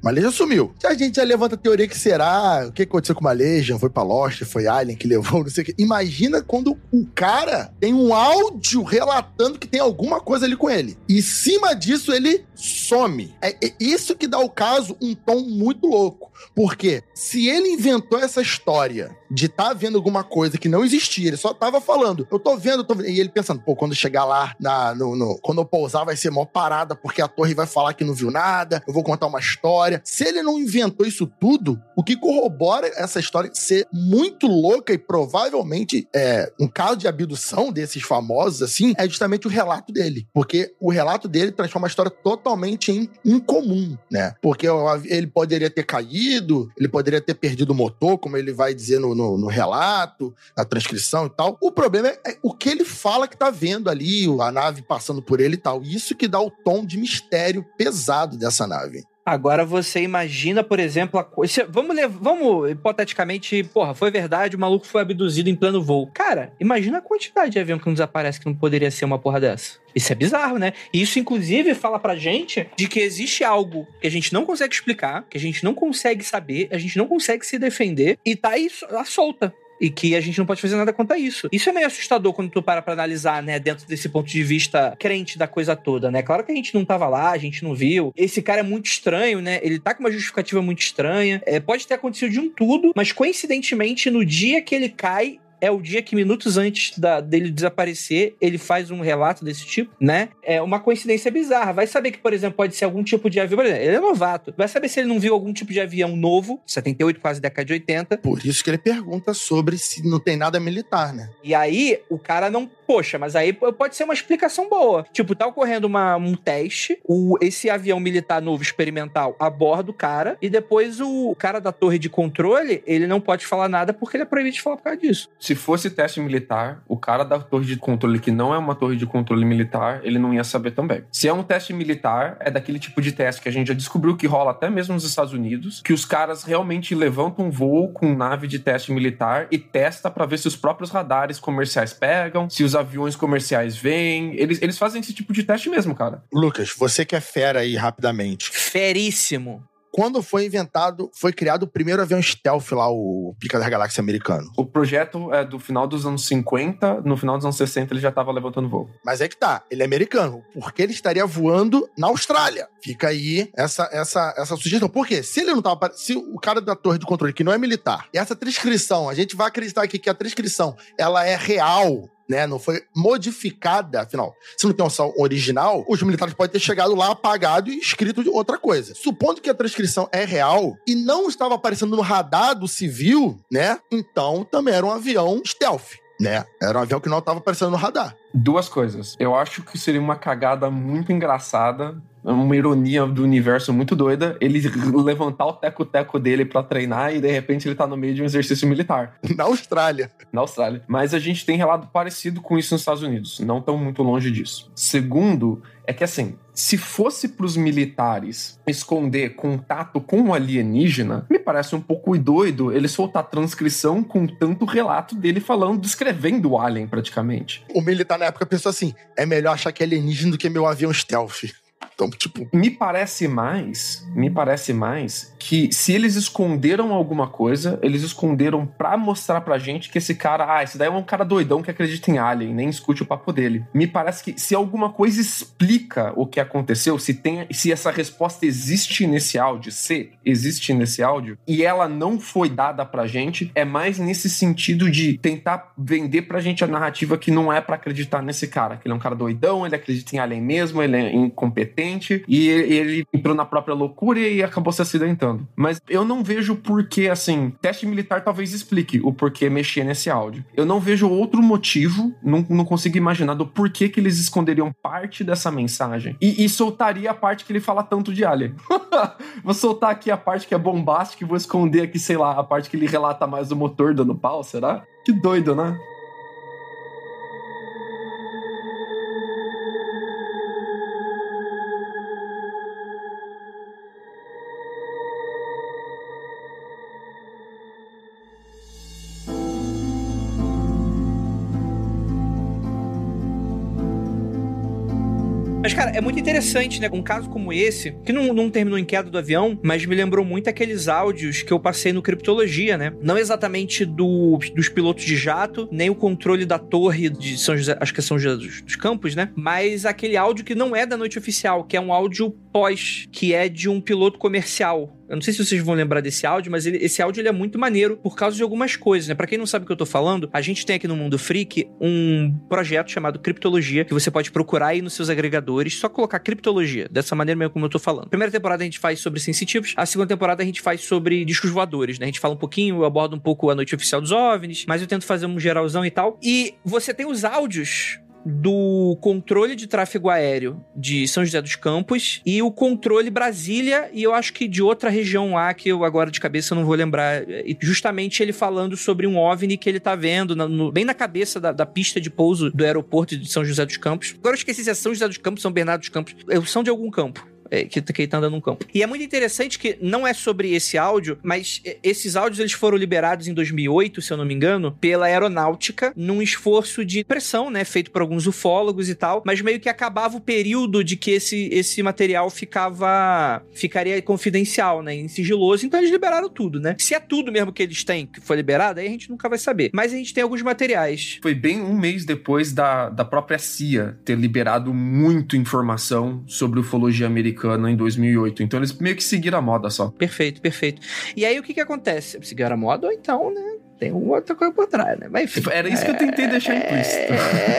Maleja sumiu. A gente já levanta a teoria que será, o que aconteceu com o Maleja, foi pra Lost, foi Alien que levou, não sei o que. Imagina quando o cara tem um áudio relatando que tem alguma coisa ali com ele. E em cima disso ele some. É, é isso que dá ao caso um tom muito louco. Porque se ele inventou essa história de estar tá vendo alguma coisa que não existia, ele só tava falando, eu tô vendo, eu tô vendo, e ele pensando, pô, quando chegar lá, na, no, no, quando eu pousar vai ser mó parada, porque a torre vai falar que não viu nada, eu vou contar uma história. Se ele não inventou isso tudo, o que corrobora essa história ser muito louca e provavelmente é, um caso de abdução desses famosos, assim, é justamente o relato dele. Porque o relato dele transforma a história totalmente em incomum, né? Porque ele poderia ter caído, ele poderia ter perdido o motor, como ele vai dizer no, no, no relato, na transcrição e tal. O problema é, é o que ele fala que tá vendo ali, a nave passando por ele e tal. Isso que dá o tom de mistério pesado dessa nave. Agora você imagina, por exemplo, a coisa. Vamos, levar, vamos, hipoteticamente, porra, foi verdade, o maluco foi abduzido em plano voo. Cara, imagina a quantidade de avião que não desaparece que não poderia ser uma porra dessa. Isso é bizarro, né? E isso, inclusive, fala pra gente de que existe algo que a gente não consegue explicar, que a gente não consegue saber, a gente não consegue se defender e tá aí à solta. E que a gente não pode fazer nada quanto a isso. Isso é meio assustador quando tu para pra analisar, né, dentro desse ponto de vista crente da coisa toda, né? Claro que a gente não tava lá, a gente não viu. Esse cara é muito estranho, né? Ele tá com uma justificativa muito estranha. É, pode ter acontecido de um tudo, mas coincidentemente, no dia que ele cai, é o dia que, minutos antes da, dele desaparecer, ele faz um relato desse tipo, né? É uma coincidência bizarra. Vai saber que, por exemplo, pode ser algum tipo de avião. Por exemplo, ele é novato. Vai saber se ele não viu algum tipo de avião novo, setenta e oito, quase década de oitenta. Por isso que ele pergunta sobre se não tem nada militar, né? E aí, o cara não... Poxa, mas aí pode ser uma explicação boa. Tipo, tá ocorrendo uma, um teste, o, esse avião militar novo, experimental, aborda o cara, e depois o cara da torre de controle, ele não pode falar nada porque ele é proibido de falar por causa disso. Se fosse teste militar, o cara da torre de controle, que não é uma torre de controle militar, ele não ia saber também. Se é um teste militar, é daquele tipo de teste que a gente já descobriu que rola até mesmo nos Estados Unidos, que os caras realmente levantam um voo com nave de teste militar e testa pra ver se os próprios radares comerciais pegam, se os aviões comerciais vêm. Eles, eles fazem esse tipo de teste mesmo, cara. Lucas, você que é fera aí, rapidamente. Feríssimo. Quando foi inventado, foi criado o primeiro avião stealth lá, o Pica das Galáxias americano? O projeto é do final dos anos cinquenta, no final dos anos sessenta ele já estava levantando voo. Mas é que tá, ele é americano, porque ele estaria voando na Austrália. Fica aí essa, essa, essa sugestão. Por quê? Se ele não tava, se o cara da torre de controle, que não é militar, e essa transcrição, a gente vai acreditar aqui que a transcrição, ela é real, né, não foi modificada, afinal, se não tem um original, os militares podem ter chegado lá, apagado e escrito de outra coisa. Supondo que a transcrição é real e não estava aparecendo no radar do civil, né, então também era um avião stealth, né, era um avião que não estava aparecendo no radar. Duas coisas. Eu acho que seria uma cagada muito engraçada, uma ironia do universo muito doida, ele levantar o teco-teco dele pra treinar e de repente ele tá no meio de um exercício militar. Na Austrália. Na Austrália. Mas a gente tem relato parecido com isso nos Estados Unidos, não tão muito longe disso. Segundo, é que assim, se fosse pros militares esconder contato com o alienígena, me parece um pouco doido ele soltar transcrição com tanto relato dele falando, descrevendo o alien praticamente. O militar na época pensou assim, é melhor achar que é alienígena do que meu avião stealth. Então, tipo... Me parece mais, me parece mais que se eles esconderam alguma coisa, eles esconderam pra mostrar pra gente que esse cara, ah, esse daí é um cara doidão que acredita em alien, nem escute o papo dele. Me parece que se alguma coisa explica o que aconteceu, se tem, se essa resposta existe nesse áudio, se existe nesse áudio, e ela não foi dada pra gente, é mais nesse sentido de tentar vender pra gente a narrativa que não é pra acreditar nesse cara, que ele é um cara doidão, ele acredita em alien mesmo, ele é incompetente, e ele entrou na própria loucura e acabou se acidentando. Mas eu não vejo porquê, assim, teste militar talvez explique o porquê mexer nesse áudio. Eu não vejo outro motivo, não, não consigo imaginar do porquê que eles esconderiam parte dessa mensagem e, e soltaria a parte que ele fala tanto de alien. Vou soltar aqui a parte que é bombástica e vou esconder aqui, sei lá, a parte que ele relata mais do motor dando pau, será? Que doido, né? Mas, cara, é muito interessante, né? Um caso como esse, que não, não terminou em queda do avião, mas me lembrou muito aqueles áudios que eu passei no Criptologia, né? Não exatamente do, dos pilotos de jato, nem o controle da torre de São José, acho que é São José dos, dos Campos, né? Mas aquele áudio que não é da noite oficial, que é um áudio pós, que é de um piloto comercial. Eu não sei se vocês vão lembrar desse áudio, mas ele, esse áudio ele é muito maneiro por causa de algumas coisas, né? Pra quem não sabe o que eu tô falando, a gente tem aqui no Mundo Freak um projeto chamado Criptologia, que você pode procurar aí nos seus agregadores, só colocar Criptologia, dessa maneira mesmo como eu tô falando. Primeira temporada a gente faz sobre sensitivos, a segunda temporada a gente faz sobre discos voadores, né? A gente fala um pouquinho, eu abordo um pouco a noite oficial dos OVNIs, mas eu tento fazer um geralzão e tal. E você tem os áudios do controle de tráfego aéreo de São José dos Campos e o controle Brasília e eu acho que de outra região lá que eu agora de cabeça não vou lembrar, e justamente ele falando sobre um OVNI que ele tá vendo no, no, bem na cabeça da, da pista de pouso do aeroporto de São José dos Campos. Agora eu esqueci se é São José dos Campos, São Bernardo dos Campos, são de algum campo. É, que, que ele tá andando no campo. E é muito interessante que não é sobre esse áudio, mas esses áudios eles foram liberados em dois mil e oito, se eu não me engano, pela aeronáutica, num esforço de pressão, né, feito por alguns ufólogos e tal, mas meio que acabava o período de que esse, esse material ficava ficaria confidencial, né, em sigiloso, então eles liberaram tudo, né. Se é tudo mesmo que eles têm que foi liberado, aí a gente nunca vai saber. Mas a gente tem alguns materiais. Foi bem um mês depois da, da própria C I A ter liberado muito informação sobre ufologia americana em dois mil e oito, então eles meio que seguiram a moda só. Perfeito, perfeito. E aí o que que acontece? Seguiram a moda ou então, né, tem uma outra coisa por trás, né? Mas, enfim, era isso que eu tentei deixar implícito.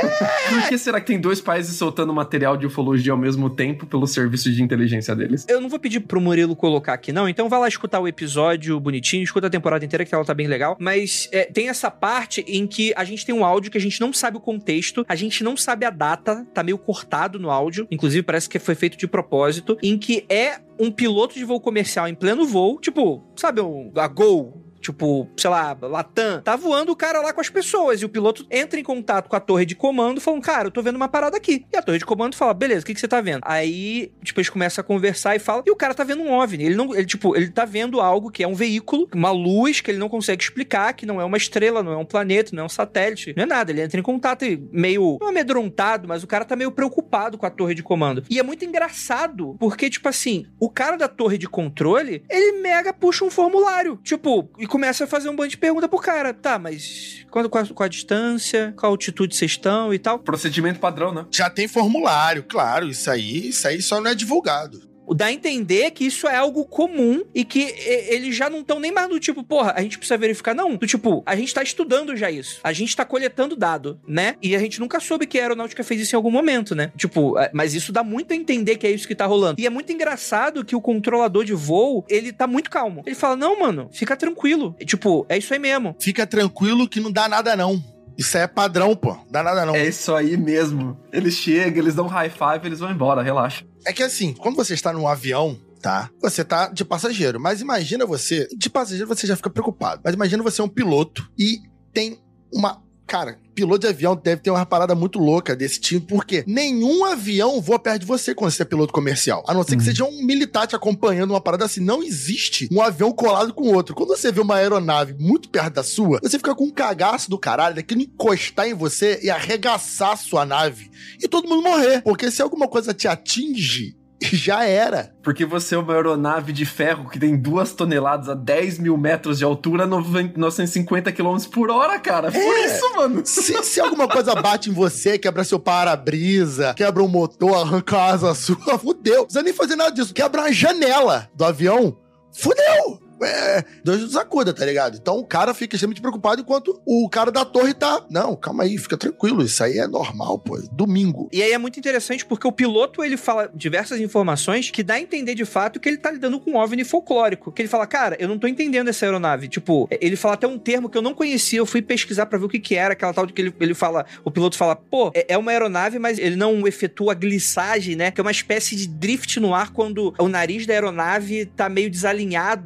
Por que será que tem dois países soltando material de ufologia ao mesmo tempo pelo serviço de inteligência deles? Eu não vou pedir pro Murilo colocar aqui, não. Então vai lá escutar o episódio bonitinho, escuta a temporada inteira, que ela tá bem legal. Mas é, tem essa parte em que a gente tem um áudio que a gente não sabe o contexto, a gente não sabe a data, tá meio cortado no áudio. Inclusive parece que foi feito de propósito, em que é um piloto de voo comercial em pleno voo, tipo, sabe, a Gol, tipo, sei lá, Latam, tá voando o cara lá com as pessoas e o piloto entra em contato com a torre de comando falando, cara, eu tô vendo uma parada aqui. E a torre de comando fala, beleza, o que, que você tá vendo? Aí, tipo, eles começam a conversar e falam, e o cara tá vendo um OVNI. Ele não, ele, tipo, ele tá vendo algo que é um veículo, uma luz que ele não consegue explicar, que não é uma estrela, não é um planeta, não é um satélite, não é nada. Ele entra em contato e meio, não amedrontado, mas o cara tá meio preocupado com a torre de comando. E é muito engraçado, porque, tipo assim, o cara da torre de controle, ele mega puxa um formulário, tipo, e começa a fazer um bando de perguntas pro cara. Tá, mas qual, qual, qual a distância? Qual a altitude vocês estão e tal? Procedimento padrão, né? Já tem formulário, claro. Isso aí, isso aí só não é divulgado. Dá a entender que isso é algo comum e que eles já não estão nem mais do tipo, porra, a gente precisa verificar. Não, do tipo, a gente tá estudando já isso. A gente tá coletando dado, né? E a gente nunca soube que a aeronáutica fez isso em algum momento, né? Tipo, mas isso dá muito a entender que é isso que tá rolando. E é muito engraçado que o controlador de voo, ele tá muito calmo. Ele fala, não, mano, fica tranquilo. E, tipo, é isso aí mesmo. Fica tranquilo que não dá nada, não. Isso aí é padrão, pô. Dá nada não. É isso aí mesmo. Eles chegam, eles dão um high five, eles vão embora, relaxa. É que assim, quando você está num avião, tá? Você tá de passageiro. Mas imagina você... De passageiro você já fica preocupado. Mas imagina você é um piloto e tem uma... Cara, piloto de avião deve ter uma parada muito louca desse tipo, porque nenhum avião voa perto de você quando você é piloto comercial. A não ser que seja um militar te acompanhando uma parada assim. Não existe um avião colado com o outro. Quando você vê uma aeronave muito perto da sua, você fica com um cagaço do caralho daquilo encostar em você e arregaçar a sua nave. E todo mundo morrer. Porque se alguma coisa te atinge, já era. Porque você é uma aeronave de ferro que tem duas toneladas a dez mil metros de altura, novecentos e cinquenta quilômetros por hora, cara. Por é. isso, mano. Se, se alguma coisa bate em você, quebra seu para-brisa, quebra o motor, arranca a asa sua, fudeu. Não precisa nem fazer nada disso. Quebra a janela do avião, fudeu. É, Deus nos acuda, tá ligado? Então o cara fica extremamente preocupado enquanto o cara da torre tá... Não, calma aí, fica tranquilo, isso aí é normal, pô, domingo. E aí é muito interessante porque o piloto, ele fala diversas informações que dá a entender de fato que ele tá lidando com um OVNI folclórico, que ele fala, cara, eu não tô entendendo essa aeronave, tipo, ele fala até um termo que eu não conhecia, eu fui pesquisar pra ver o que que era, aquela tal de que ele, ele fala, o piloto fala, pô, é, é uma aeronave, mas ele não efetua a glissagem, né, que é uma espécie de drift no ar quando o nariz da aeronave tá meio desalinhado com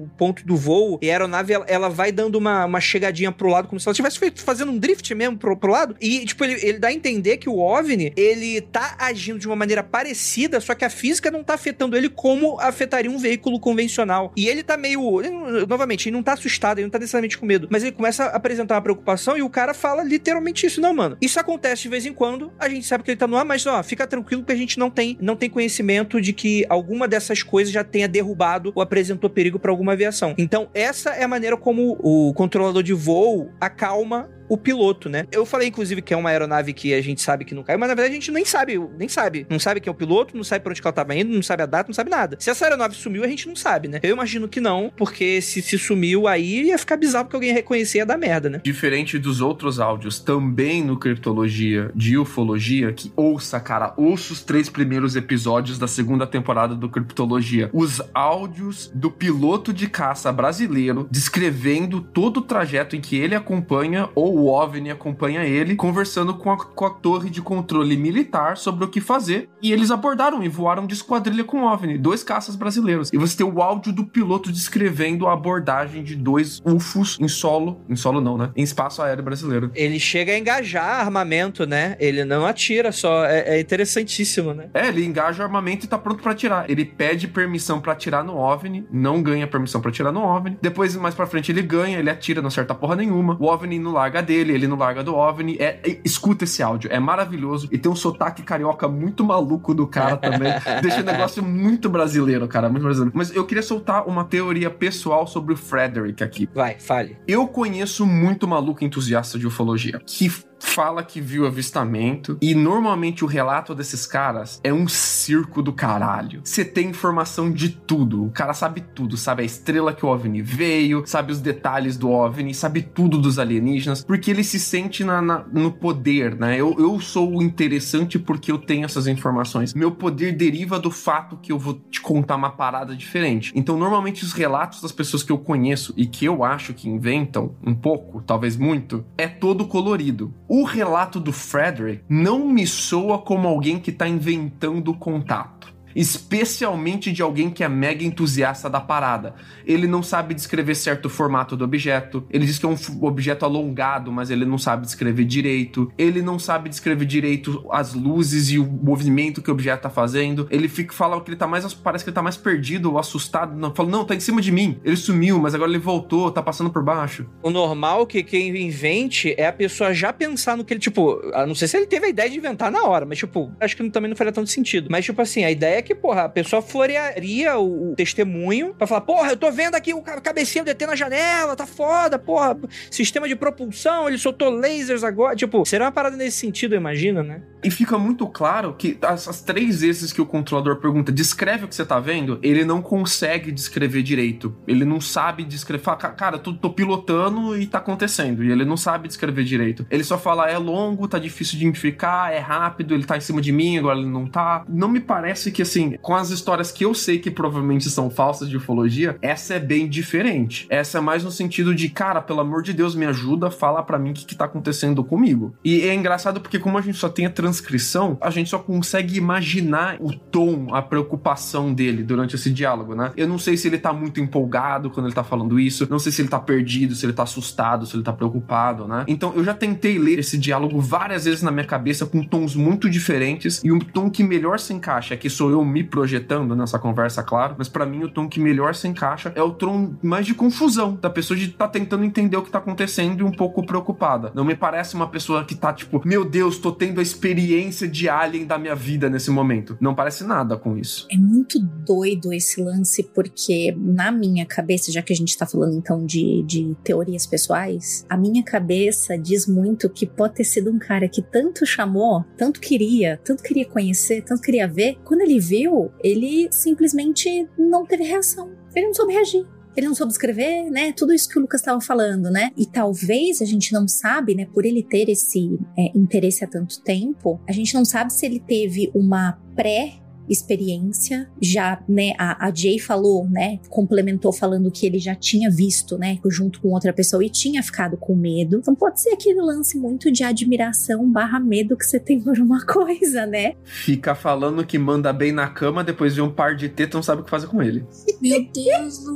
o ponto do voo e a aeronave, ela, ela vai dando uma, uma chegadinha pro lado, como se ela estivesse feito, fazendo um drift mesmo pro, pro lado. E, tipo, ele, ele dá a entender que o OVNI, ele tá agindo de uma maneira parecida, só que a física não tá afetando ele como afetaria um veículo convencional. E ele tá meio... Ele, novamente, ele não tá assustado, ele não tá necessariamente com medo, mas ele começa a apresentar uma preocupação e o cara fala literalmente isso. Não, mano, isso acontece de vez em quando, a gente sabe que ele tá no ar, mas, ó, fica tranquilo que a gente não tem, não tem conhecimento de que alguma dessas coisas já tenha derrubado ou apresentou perigo pra alguma aviação. Então, essa é a maneira como o controlador de voo acalma o piloto, né? Eu falei, inclusive, que é uma aeronave que a gente sabe que não caiu, mas na verdade a gente nem sabe, nem sabe. Não sabe quem é o piloto, não sabe pra onde que ela tava indo, não sabe a data, não sabe nada. Se essa aeronave sumiu, a gente não sabe, né? Eu imagino que não, porque se, se sumiu aí, ia ficar bizarro porque alguém ia reconhecer, ia dar merda, né? Diferente dos outros áudios, também no Criptologia de Ufologia, que ouça, cara, ouça os três primeiros episódios da segunda temporada do Criptologia. Os áudios do piloto de caça brasileiro descrevendo todo o trajeto em que ele acompanha ou o OVNI acompanha ele, conversando com a, com a torre de controle militar sobre o que fazer, e eles abordaram e voaram de esquadrilha com o OVNI, dois caças brasileiros. E você tem o áudio do piloto descrevendo a abordagem de dois U F Os em solo, em solo não, né? Em espaço aéreo brasileiro. Ele chega a engajar armamento, né? Ele não atira só, é, é interessantíssimo, né? É, ele engaja o armamento e tá pronto pra atirar. Ele pede permissão pra atirar no OVNI, não ganha permissão pra atirar no OVNI. Depois, mais pra frente, ele ganha, ele atira, não acerta porra nenhuma. O OVNI não larga dele, ele não larga do OVNI. É, é, escuta esse áudio, é maravilhoso. E tem um sotaque carioca muito maluco do cara também. Deixa o negócio muito brasileiro, cara, muito brasileiro. Mas eu queria soltar uma teoria pessoal sobre o Frederick aqui. Vai, fale. Eu conheço muito maluco entusiasta de ufologia, que fala que viu avistamento, e normalmente o relato desses caras é um circo do caralho. Você tem informação de tudo, o cara sabe tudo, sabe a estrela que o OVNI veio, sabe os detalhes do OVNI, sabe tudo dos alienígenas, porque ele se sente na, na, no poder, né? Eu, eu sou o interessante porque eu tenho essas informações. Meu poder deriva do fato que eu vou te contar uma parada diferente. Então, normalmente os relatos das pessoas que eu conheço e que eu acho que inventam um pouco, talvez muito, é todo colorido. O relato do Frederick não me soa como alguém que tá inventando contato. Especialmente de alguém que é mega entusiasta da parada. Ele não sabe descrever certo formato do objeto. Ele diz que é um objeto alongado, mas ele não sabe descrever direito. Ele não sabe descrever direito as luzes e o movimento que o objeto tá fazendo. Ele fica fala que ele tá mais, parece que ele tá mais perdido ou assustado. Não, fala, não, tá em cima de mim. Ele sumiu, mas agora ele voltou, tá passando por baixo. O normal que quem invente é a pessoa já pensar no que ele, tipo, a não sei se ele teve a ideia de inventar na hora, mas tipo, acho que também não faria tanto sentido. Mas tipo assim, a ideia é que, porra, a pessoa florearia o, o testemunho pra falar, porra, eu tô vendo aqui o cabecinho do E T na janela, tá foda, porra, sistema de propulsão, ele soltou lasers agora, tipo, será uma parada nesse sentido, imagina, né? E fica muito claro que as, as três vezes que o controlador pergunta, descreve o que você tá vendo, ele não consegue descrever direito, ele não sabe descrever, fala, cara, eu tô, tô pilotando e tá acontecendo, e ele não sabe descrever direito, ele só fala, é longo, tá difícil de identificar, é rápido, ele tá em cima de mim, agora ele não tá. Não me parece que, assim, com as histórias que eu sei que provavelmente são falsas de ufologia, essa é bem diferente. Essa é mais no sentido de, cara, pelo amor de Deus, me ajuda a falar pra mim o que, que tá acontecendo comigo. E é engraçado porque como a gente só tem a transcrição, a gente só consegue imaginar o tom, a preocupação dele durante esse diálogo, né? Eu não sei se ele tá muito empolgado quando ele tá falando isso, não sei se ele tá perdido, se ele tá assustado, se ele tá preocupado, né? Então eu já tentei ler esse diálogo várias vezes na minha cabeça com tons muito diferentes, e o tom que melhor se encaixa, que sou eu me projetando nessa conversa, claro, mas pra mim o tom que melhor se encaixa é o tom mais de confusão, da pessoa de tá tentando entender o que tá acontecendo e um pouco preocupada. Não me parece uma pessoa que tá tipo, meu Deus, tô tendo a experiência de alien da minha vida nesse momento. Não parece nada com isso. É muito doido esse lance, porque na minha cabeça, já que a gente tá falando então de, de teorias pessoais, a minha cabeça diz muito que pode ter sido um cara que tanto chamou, tanto queria, tanto queria conhecer, tanto queria ver, quando ele viu, ele simplesmente não teve reação. Ele não soube reagir. Ele não soube escrever, né? Tudo isso que o Lucas estava falando, né? E talvez a gente não sabe, né? Por ele ter esse é, interesse há tanto tempo, a gente não sabe se ele teve uma pré experiência, já, né, a, a Jay falou, né, complementou falando que ele já tinha visto, né, junto com outra pessoa e tinha ficado com medo. Então pode ser aquele lance muito de admiração barra medo que você tem por uma coisa, né? Fica falando que manda bem na cama, depois vê um par de tetas e não sabe o que fazer com ele. Meu Deus, Lu.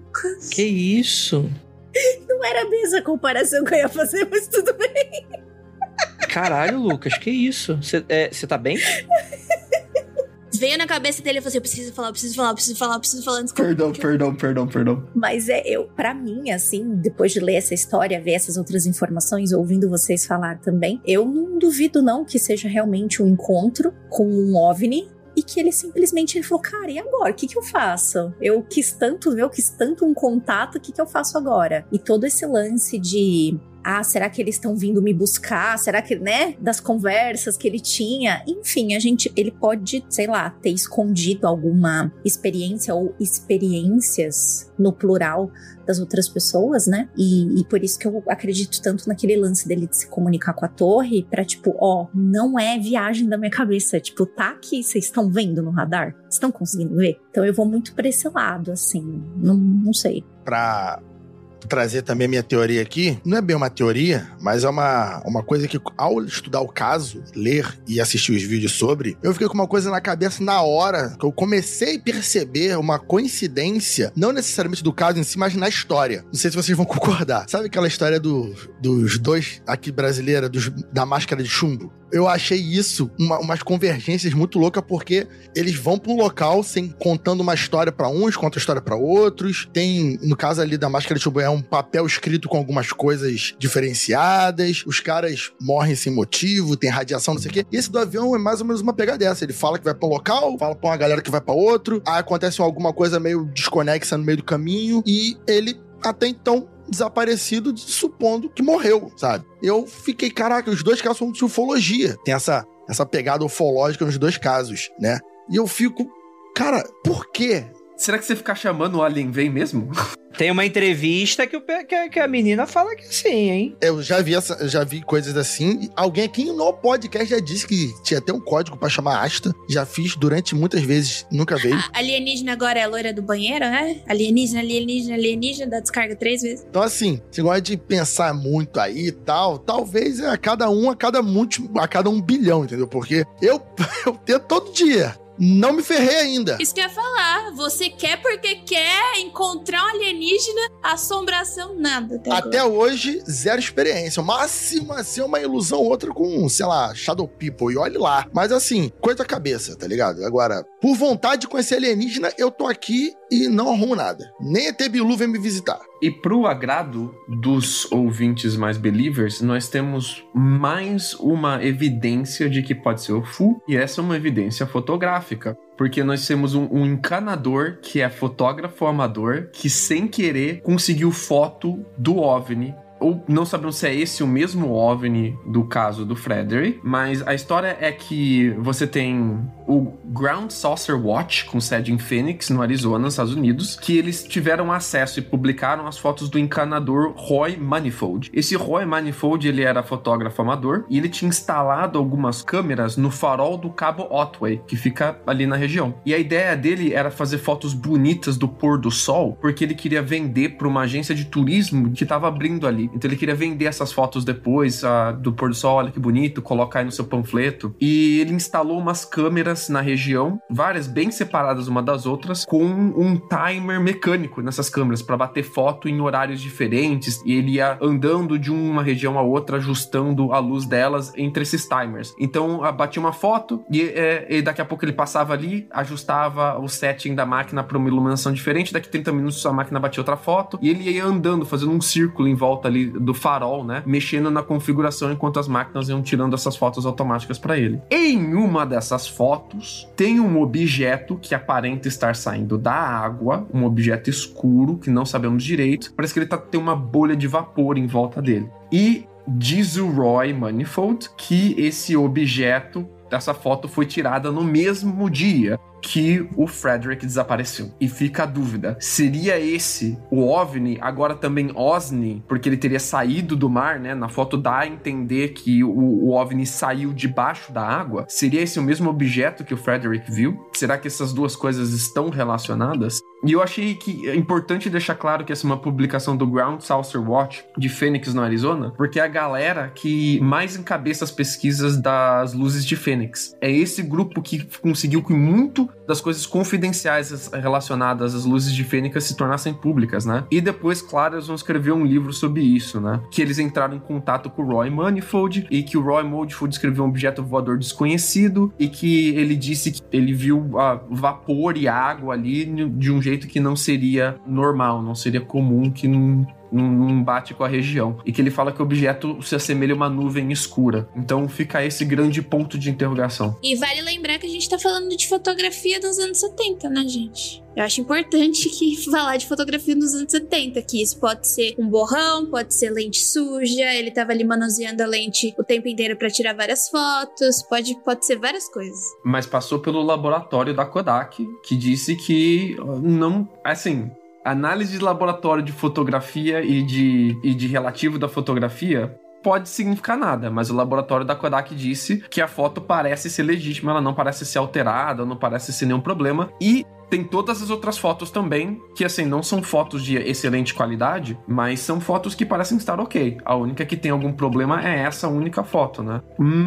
Lucas. Que isso? Não era a mesma comparação que eu ia fazer, mas tudo bem. Caralho, Lucas, que isso? Você é, tá bem? Veio na cabeça dele e falou assim, eu preciso falar, eu preciso falar, eu preciso falar, eu preciso falar. Desculpa. Perdão, perdão, perdão, perdão. Mas é, eu, pra mim, assim, depois de ler essa história, ver essas outras informações, ouvindo vocês falar também, eu não duvido não que seja realmente um encontro com um OVNI e que ele simplesmente ele falou, cara, e agora? O que que eu faço? Eu quis tanto ver, eu quis tanto um contato, o que que eu faço agora? E todo esse lance de... Ah, será que eles estão vindo me buscar? Será que, né? Das conversas que ele tinha. Enfim, a gente, ele pode, sei lá, ter escondido alguma experiência ou experiências, no plural, das outras pessoas, né? E, e por isso que eu acredito tanto naquele lance dele de se comunicar com a torre pra, tipo, ó, não é viagem da minha cabeça. Tipo, tá aqui, vocês estão vendo no radar? Vocês estão conseguindo ver? Então eu vou muito pra esse lado, assim. Não, não sei. Pra... trazer também a minha teoria aqui, não é bem uma teoria, mas é uma, uma coisa que ao estudar o caso, ler e assistir os vídeos sobre, eu fiquei com uma coisa na cabeça na hora que eu comecei a perceber uma coincidência, não necessariamente do caso em si, mas na história. Não sei se vocês vão concordar. Sabe aquela história do, dos dois aqui brasileira, dos, da máscara de chumbo? Eu achei isso uma, umas convergências muito loucas, porque eles vão pra um local sem, contando uma história pra uns, contam a história pra outros. Tem, no caso ali da máscara de chumbo, é um papel escrito com algumas coisas diferenciadas. Os caras morrem sem motivo, tem radiação, não sei o quê. E esse do avião é mais ou menos uma pegada dessa. Ele fala que vai pra um local, fala pra uma galera que vai pra outro, aí acontece alguma coisa meio desconexa no meio do caminho, e ele, até então, desaparecido, supondo que morreu, sabe? Eu fiquei, caraca, os dois casos são de ufologia. Tem essa, essa pegada ufológica nos dois casos, né? E eu fico, cara, por quê? Será que você ficar chamando o Alien vem mesmo? Tem uma entrevista que, o, que, que a menina fala que sim, hein? Eu já vi, essa, já vi coisas assim. Alguém aqui no podcast já disse que tinha até um código pra chamar Asta. Já fiz durante muitas vezes, nunca veio. A alienígena agora é a loira do banheiro, né? Alienígena, alienígena, alienígena, dá descarga três vezes. Então assim, você gosta de pensar muito aí e tal, talvez é a cada um, a cada, multi, a cada um bilhão, entendeu? Porque eu, eu tento todo dia. Não me ferrei ainda. Isso que eu ia falar. Você quer porque quer encontrar um alienígena, assombração, nada. Até, até agora. Hoje, zero experiência. O máximo, assim, uma ilusão, outra com, sei lá, Shadow People. E olhe lá. Mas assim, coisa da cabeça, tá ligado? Agora, por vontade de conhecer alienígena, eu tô aqui e não arrumo nada. Nem E T Bilu vem me visitar. E pro agrado dos ouvintes mais believers, nós temos mais uma evidência de que pode ser o F U, e essa é uma evidência fotográfica. Porque nós temos um, um encanador que é fotógrafo amador, que sem querer conseguiu foto do OVNI. Ou não sabemos se é esse o mesmo OVNI do caso do Frederick, mas a história é que você tem o Ground Saucer Watch, com sede em Phoenix, no Arizona, nos Estados Unidos, que eles tiveram acesso e publicaram as fotos do encanador Roy Manifold. Esse Roy Manifold, ele era fotógrafo amador, e ele tinha instalado algumas câmeras no farol do Cabo Otway, que fica ali na região. E a ideia dele era fazer fotos bonitas do pôr do sol, porque ele queria vender para uma agência de turismo que estava abrindo ali. Então ele queria vender essas fotos depois uh, do pôr do sol, olha que bonito, colocar aí no seu panfleto. E ele instalou umas câmeras na região, várias bem separadas uma das outras, com um timer mecânico nessas câmeras para bater foto em horários diferentes, e ele ia andando de uma região a outra, ajustando a luz delas entre esses timers. Então uh, batia uma foto e, é, e daqui a pouco ele passava ali, ajustava o setting da máquina para uma iluminação diferente, daqui trinta minutos a máquina batia outra foto, e ele ia andando, fazendo um círculo em volta ali do farol, né? Mexendo na configuração enquanto as máquinas iam tirando essas fotos automáticas para ele. Em uma dessas fotos, tem um objeto que aparenta estar saindo da água, um objeto escuro que não sabemos direito. Parece que ele tá, tem uma bolha de vapor em volta dele. E diz o Roy Manifold que esse objeto, essa foto foi tirada no mesmo dia que o Frederick desapareceu. E fica a dúvida, seria esse o OVNI, agora também OSNI, porque ele teria saído do mar, né? Na foto dá a entender que o, o OVNI saiu debaixo da água. Seria esse o mesmo objeto que o Frederick viu? Será que essas duas coisas estão relacionadas? E eu achei que é importante deixar claro que essa é uma publicação do Ground Saucer Watch de Phoenix, no Arizona, porque é a galera que mais encabeça as pesquisas das luzes de Phoenix. É esse grupo que conseguiu que muito das coisas confidenciais relacionadas às luzes de Fênix se tornassem públicas, né? E depois, claro, eles vão escrever um livro sobre isso, né? Que eles entraram em contato com o Roy Manifold e que o Roy Manifold escreveu um objeto voador desconhecido e que ele disse que ele viu uh, vapor e água ali de um jeito que não seria normal, não seria comum, que não... num bate com a região. E que ele fala que o objeto se assemelha a uma nuvem escura. Então fica esse grande ponto de interrogação. E vale lembrar que a gente tá falando de fotografia dos anos setenta, né, gente? Eu acho importante que falar de fotografia dos anos setenta, que isso pode ser um borrão, pode ser lente suja, ele tava ali manuseando a lente o tempo inteiro pra tirar várias fotos, pode, pode ser várias coisas. Mas passou pelo laboratório da Kodak, que disse que não... Assim... Análise de laboratório de fotografia e de, e de relativo da fotografia pode significar nada, mas o laboratório da Kodak disse que a foto parece ser legítima, ela não parece ser alterada, não parece ser nenhum problema, e tem todas as outras fotos também, que assim, não são fotos de excelente qualidade, mas são fotos que parecem estar ok. A única que tem algum problema é essa única foto, né?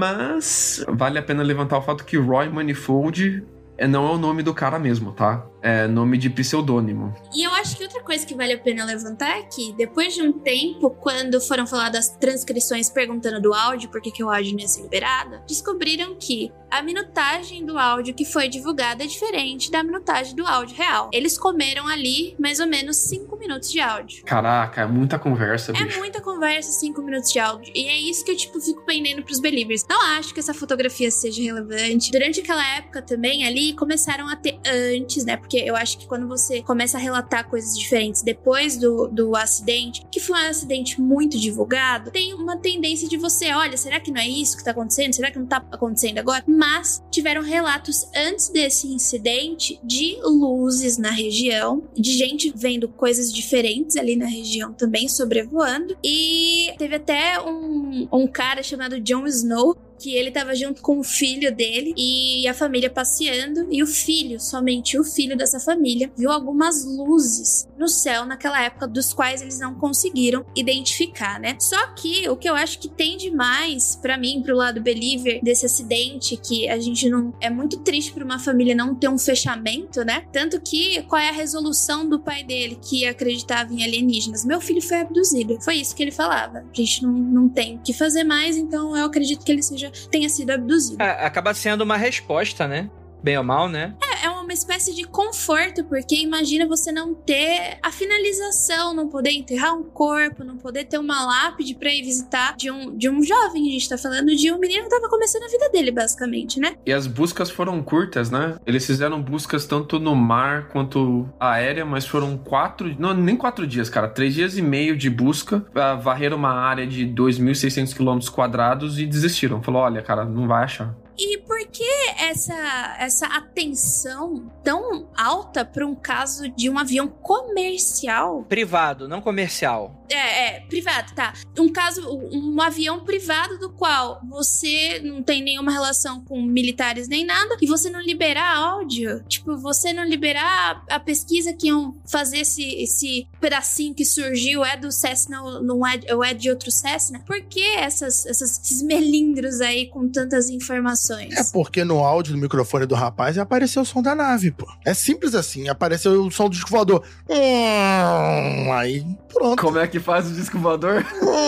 Mas vale a pena levantar o fato que Roy Manifold não é o nome do cara mesmo, tá? É nome de pseudônimo. E eu acho que outra coisa que vale a pena levantar é que, depois de um tempo, quando foram faladas as transcrições perguntando do áudio, por que, que o áudio não ia ser liberado, descobriram que a minutagem do áudio que foi divulgada é diferente da minutagem do áudio real. Eles comeram ali mais ou menos cinco minutos de áudio. Caraca, é muita conversa, bicho. É muita conversa, cinco minutos de áudio. E é isso que eu, tipo, fico pendendo pros believers. Não acho que essa fotografia seja relevante. Durante aquela época também, ali, começaram a ter antes, né? Porque eu acho que quando você começa a relatar coisas diferentes depois do, do acidente, que foi um acidente muito divulgado, tem uma tendência de você, olha, será que não é isso que tá acontecendo? Será que não tá acontecendo agora? Mas tiveram relatos antes desse incidente de luzes na região, de gente vendo coisas diferentes ali na região também, sobrevoando. E teve até um, um cara chamado Jon Snow, que ele tava junto com o filho dele e a família passeando, e o filho, somente o filho dessa família, viu algumas luzes no céu naquela época, dos quais eles não conseguiram identificar, né? Só que o que eu acho que tem demais pra mim, pro lado believer desse acidente, que a gente não... É muito triste pra uma família não ter um fechamento, né? Tanto que, qual é a resolução do pai dele, que acreditava em alienígenas? Meu filho foi abduzido. Foi isso que ele falava. A gente não, não tem o que fazer mais, então eu acredito que ele seja tenha sido abduzido. É, acaba sendo uma resposta, né? Bem ou mal, né? É, é uma espécie de conforto, porque imagina você não ter a finalização, não poder enterrar um corpo, não poder ter uma lápide pra ir visitar de um, de um jovem. A gente tá falando de um menino que tava começando a vida dele, basicamente, né? E as buscas foram curtas, né? Eles fizeram buscas tanto no mar quanto aérea, mas foram quatro... Não, nem quatro dias, cara. Três dias e meio de busca. Varreram uma área de dois mil e seiscentos quilômetros quadrados e desistiram. Falou, olha, cara, não vai achar. E por que essa, essa atenção tão alta para um caso de um avião comercial? Privado, não comercial. É, é, privado, tá. Um caso, um avião privado do qual você não tem nenhuma relação com militares nem nada, e você não liberar áudio, tipo, você não liberar a pesquisa que iam fazer esse, esse pedacinho que surgiu é do Cessna ou, não é, ou é de outro Cessna? Por que essas, essas, esses melindros aí com tantas informações? É porque no áudio do microfone do rapaz apareceu o som da nave, pô. É simples assim, apareceu o som do disco voador. Hum, aí, pronto. Como é que faz o disco voador?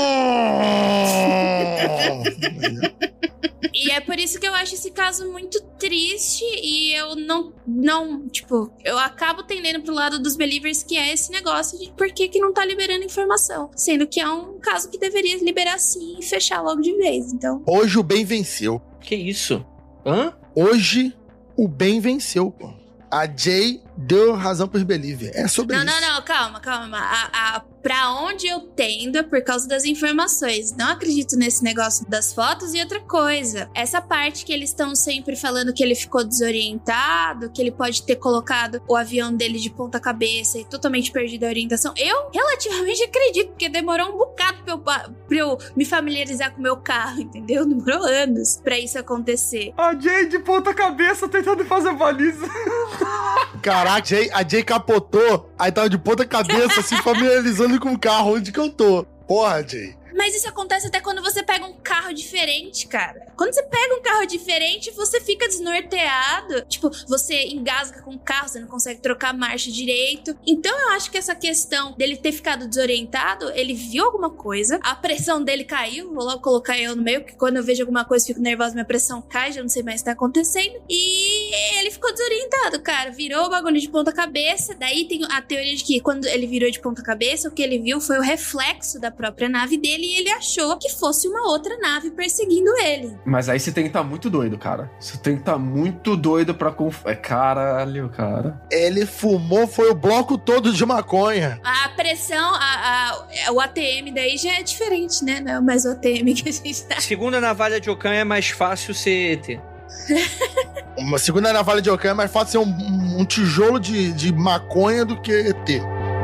E é por isso que eu acho esse caso muito triste, e eu não, não, tipo, eu acabo tendendo pro lado dos believers, que é esse negócio de por que que não tá liberando informação, sendo que é um caso que deveria liberar sim e fechar logo de vez, então... Hoje o bem venceu. Que isso? Hã? Hoje o bem venceu, pô. A Jay deu razão pros believers. É sobre não, isso. Não, não, não, calma, calma. A, a, pra onde eu tendo é por causa das informações. Não acredito nesse negócio das fotos. E outra coisa, essa parte que eles estão sempre falando que ele ficou desorientado, que ele pode ter colocado o avião dele de ponta cabeça e totalmente perdido a orientação, eu relativamente acredito, porque demorou um bocado pra eu, pra eu me familiarizar com o meu carro, entendeu? Demorou anos pra isso acontecer. A Jay de ponta cabeça tentando fazer baliza. Caraca, a Jay, a Jay capotou, aí tava de ponta cabeça, se familiarizando com o carro, onde que eu tô? Porra, Jay. Mas isso acontece até quando você pega um carro diferente, cara. Quando você pega um carro diferente, você fica desnorteado. Tipo, você engasga com o carro, você não consegue trocar a marcha direito. Então eu acho que essa questão dele ter ficado desorientado, ele viu alguma coisa, a pressão dele caiu, vou logo colocar eu no meio, porque quando eu vejo alguma coisa, fico nervosa, minha pressão cai, já não sei mais o que tá acontecendo. E ele ficou desorientado, cara. Virou o bagulho de ponta cabeça. Daí tem a teoria de que quando ele virou de ponta cabeça, o que ele viu foi o reflexo da própria nave dele e ele achou que fosse uma outra nave perseguindo ele. Mas aí você tem que estar tá muito doido, cara. Você tem que estar tá muito doido pra conf... Caralho, cara. Ele fumou, foi o bloco todo de maconha. A pressão, a, a, o A T M daí já é diferente, né? Não é mais o A T M que a gente tá. Segundo a navalha de Ocã, é mais fácil ser E T. Uma segunda navalha de Ocã é mais fácil ser um, um, um tijolo de, de maconha do que E T.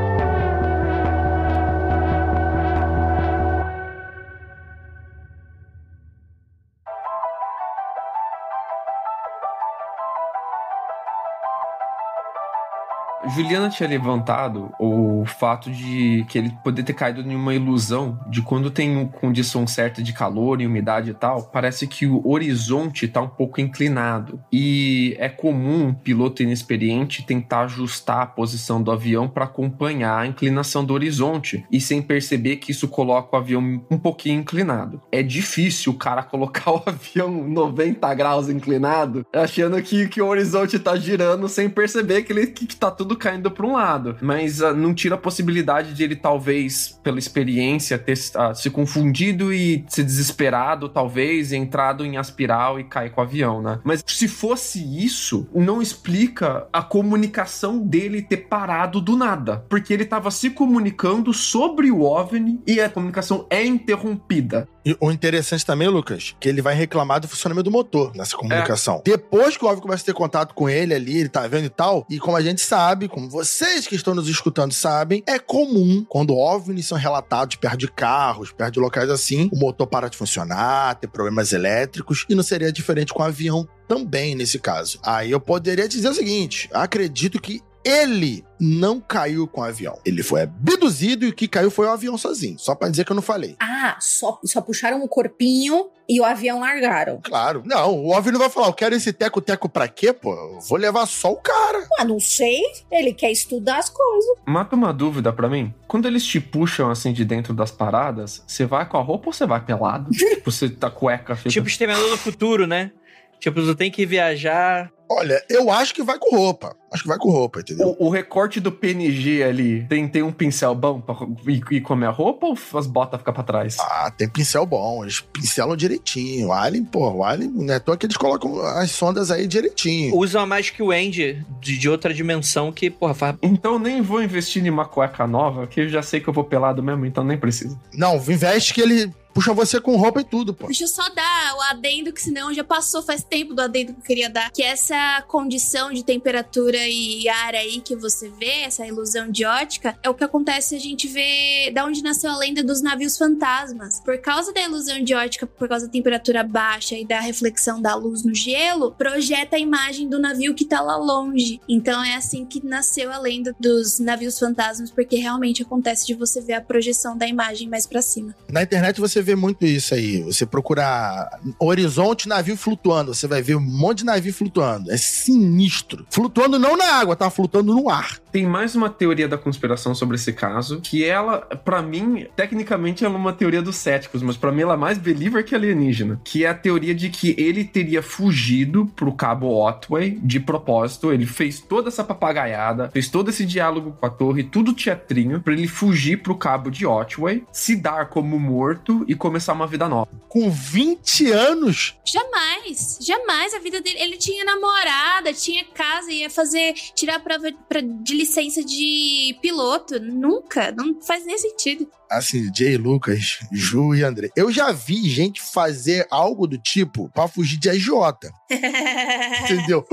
Juliana tinha levantado o fato de que ele poder ter caído em uma ilusão de quando tem uma condição certa de calor e umidade e tal, parece que o horizonte tá um pouco inclinado. E é comum um piloto inexperiente tentar ajustar a posição do avião para acompanhar a inclinação do horizonte e sem perceber que isso coloca o avião um pouquinho inclinado. É difícil o cara colocar o avião noventa graus inclinado, achando que, que o horizonte tá girando sem perceber que, ele, que, que tá tudo caindo para um lado, mas uh, não tira a possibilidade de ele talvez, pela experiência, ter uh, se confundido e se desesperado, talvez, entrado em aspiral e cair com o avião, né? Mas se fosse isso, não explica a comunicação dele ter parado do nada, porque ele estava se comunicando sobre o OVNI e a comunicação é interrompida. E o interessante também, Lucas, que ele vai reclamar do funcionamento do motor nessa comunicação. É. Depois que o OVNI começa a ter contato com ele ali, ele tá vendo e tal, e como a gente sabe, como vocês que estão nos escutando sabem, é comum, quando OVNIs são relatados perto de carros, perto de locais assim, o motor para de funcionar, ter problemas elétricos, e não seria diferente com o avião também nesse caso. Aí eu poderia dizer o seguinte, acredito que ele não caiu com o avião. Ele foi abduzido e o que caiu foi o avião sozinho. Só pra dizer que eu não falei. Ah, só, só puxaram o corpinho e o avião largaram. Claro. Não, o OVNI não vai falar, eu quero esse teco-teco pra quê, pô? Eu vou levar só o cara. Ah, não sei. Ele quer estudar as coisas. Mata uma dúvida pra mim. Quando eles te puxam assim de dentro das paradas, você vai com a roupa ou você vai pelado? Tipo, você tá cueca. Fica... Tipo Exterminador do Futuro, né? Tipo, tu tem que viajar... Olha, eu acho que vai com roupa. Acho que vai com roupa, entendeu? O, o recorte do P N G ali, tem, tem um pincel bom pra ir, ir comer a roupa ou as botas ficam pra trás? Ah, tem pincel bom. Eles pincelam direitinho. O Alien, pô, o Alien, não é à toa que eles colocam as sondas aí direitinho. Usam mais que o Andy, de, de outra dimensão que, porra, faz... Então nem vou investir em uma cueca nova, que eu já sei que eu vou pelado mesmo, então nem preciso. Não, investe que ele... puxa você com roupa e tudo, pô. Deixa eu só dar o adendo, que senão já passou faz tempo do adendo que eu queria dar. Que essa condição de temperatura e ar aí que você vê, essa ilusão de ótica, é o que acontece se a gente vê da onde nasceu a lenda dos navios fantasmas. Por causa da ilusão de ótica, por causa da temperatura baixa e da reflexão da luz no gelo, projeta a imagem do navio que tá lá longe. Então é assim que nasceu a lenda dos navios fantasmas, porque realmente acontece de você ver a projeção da imagem mais pra cima. Na internet você vê muito isso aí. Você procurar horizonte, navio flutuando. Você vai ver um monte de navio flutuando. É sinistro. Flutuando não na água, tá? Flutuando no ar. Tem mais uma teoria da conspiração sobre esse caso, que ela, pra mim, tecnicamente ela é uma teoria dos céticos, mas pra mim ela é mais believer que alienígena. Que é a teoria de que ele teria fugido pro Cabo Otway de propósito. Ele fez toda essa papagaiada, fez todo esse diálogo com a torre, tudo teatrinho, pra ele fugir pro Cabo de Otway, se dar como morto e começar uma vida nova. Com vinte anos? Jamais, jamais a vida dele. Ele tinha namorada, tinha casa, ia fazer, tirar a prova pra, de licença de piloto. Nunca, não faz nem sentido. Assim, Jay, Lucas, Ju e André. Eu já vi gente fazer algo do tipo pra fugir de agiota. Entendeu?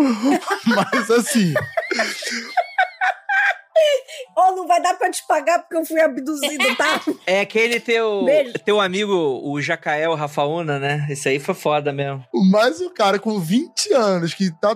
Mas assim... Oh, não vai dar pra te pagar porque eu fui abduzido, tá? É aquele teu, teu amigo, o Jacael Rafaúna, né? Esse aí foi foda mesmo. Mas o cara com vinte anos que tá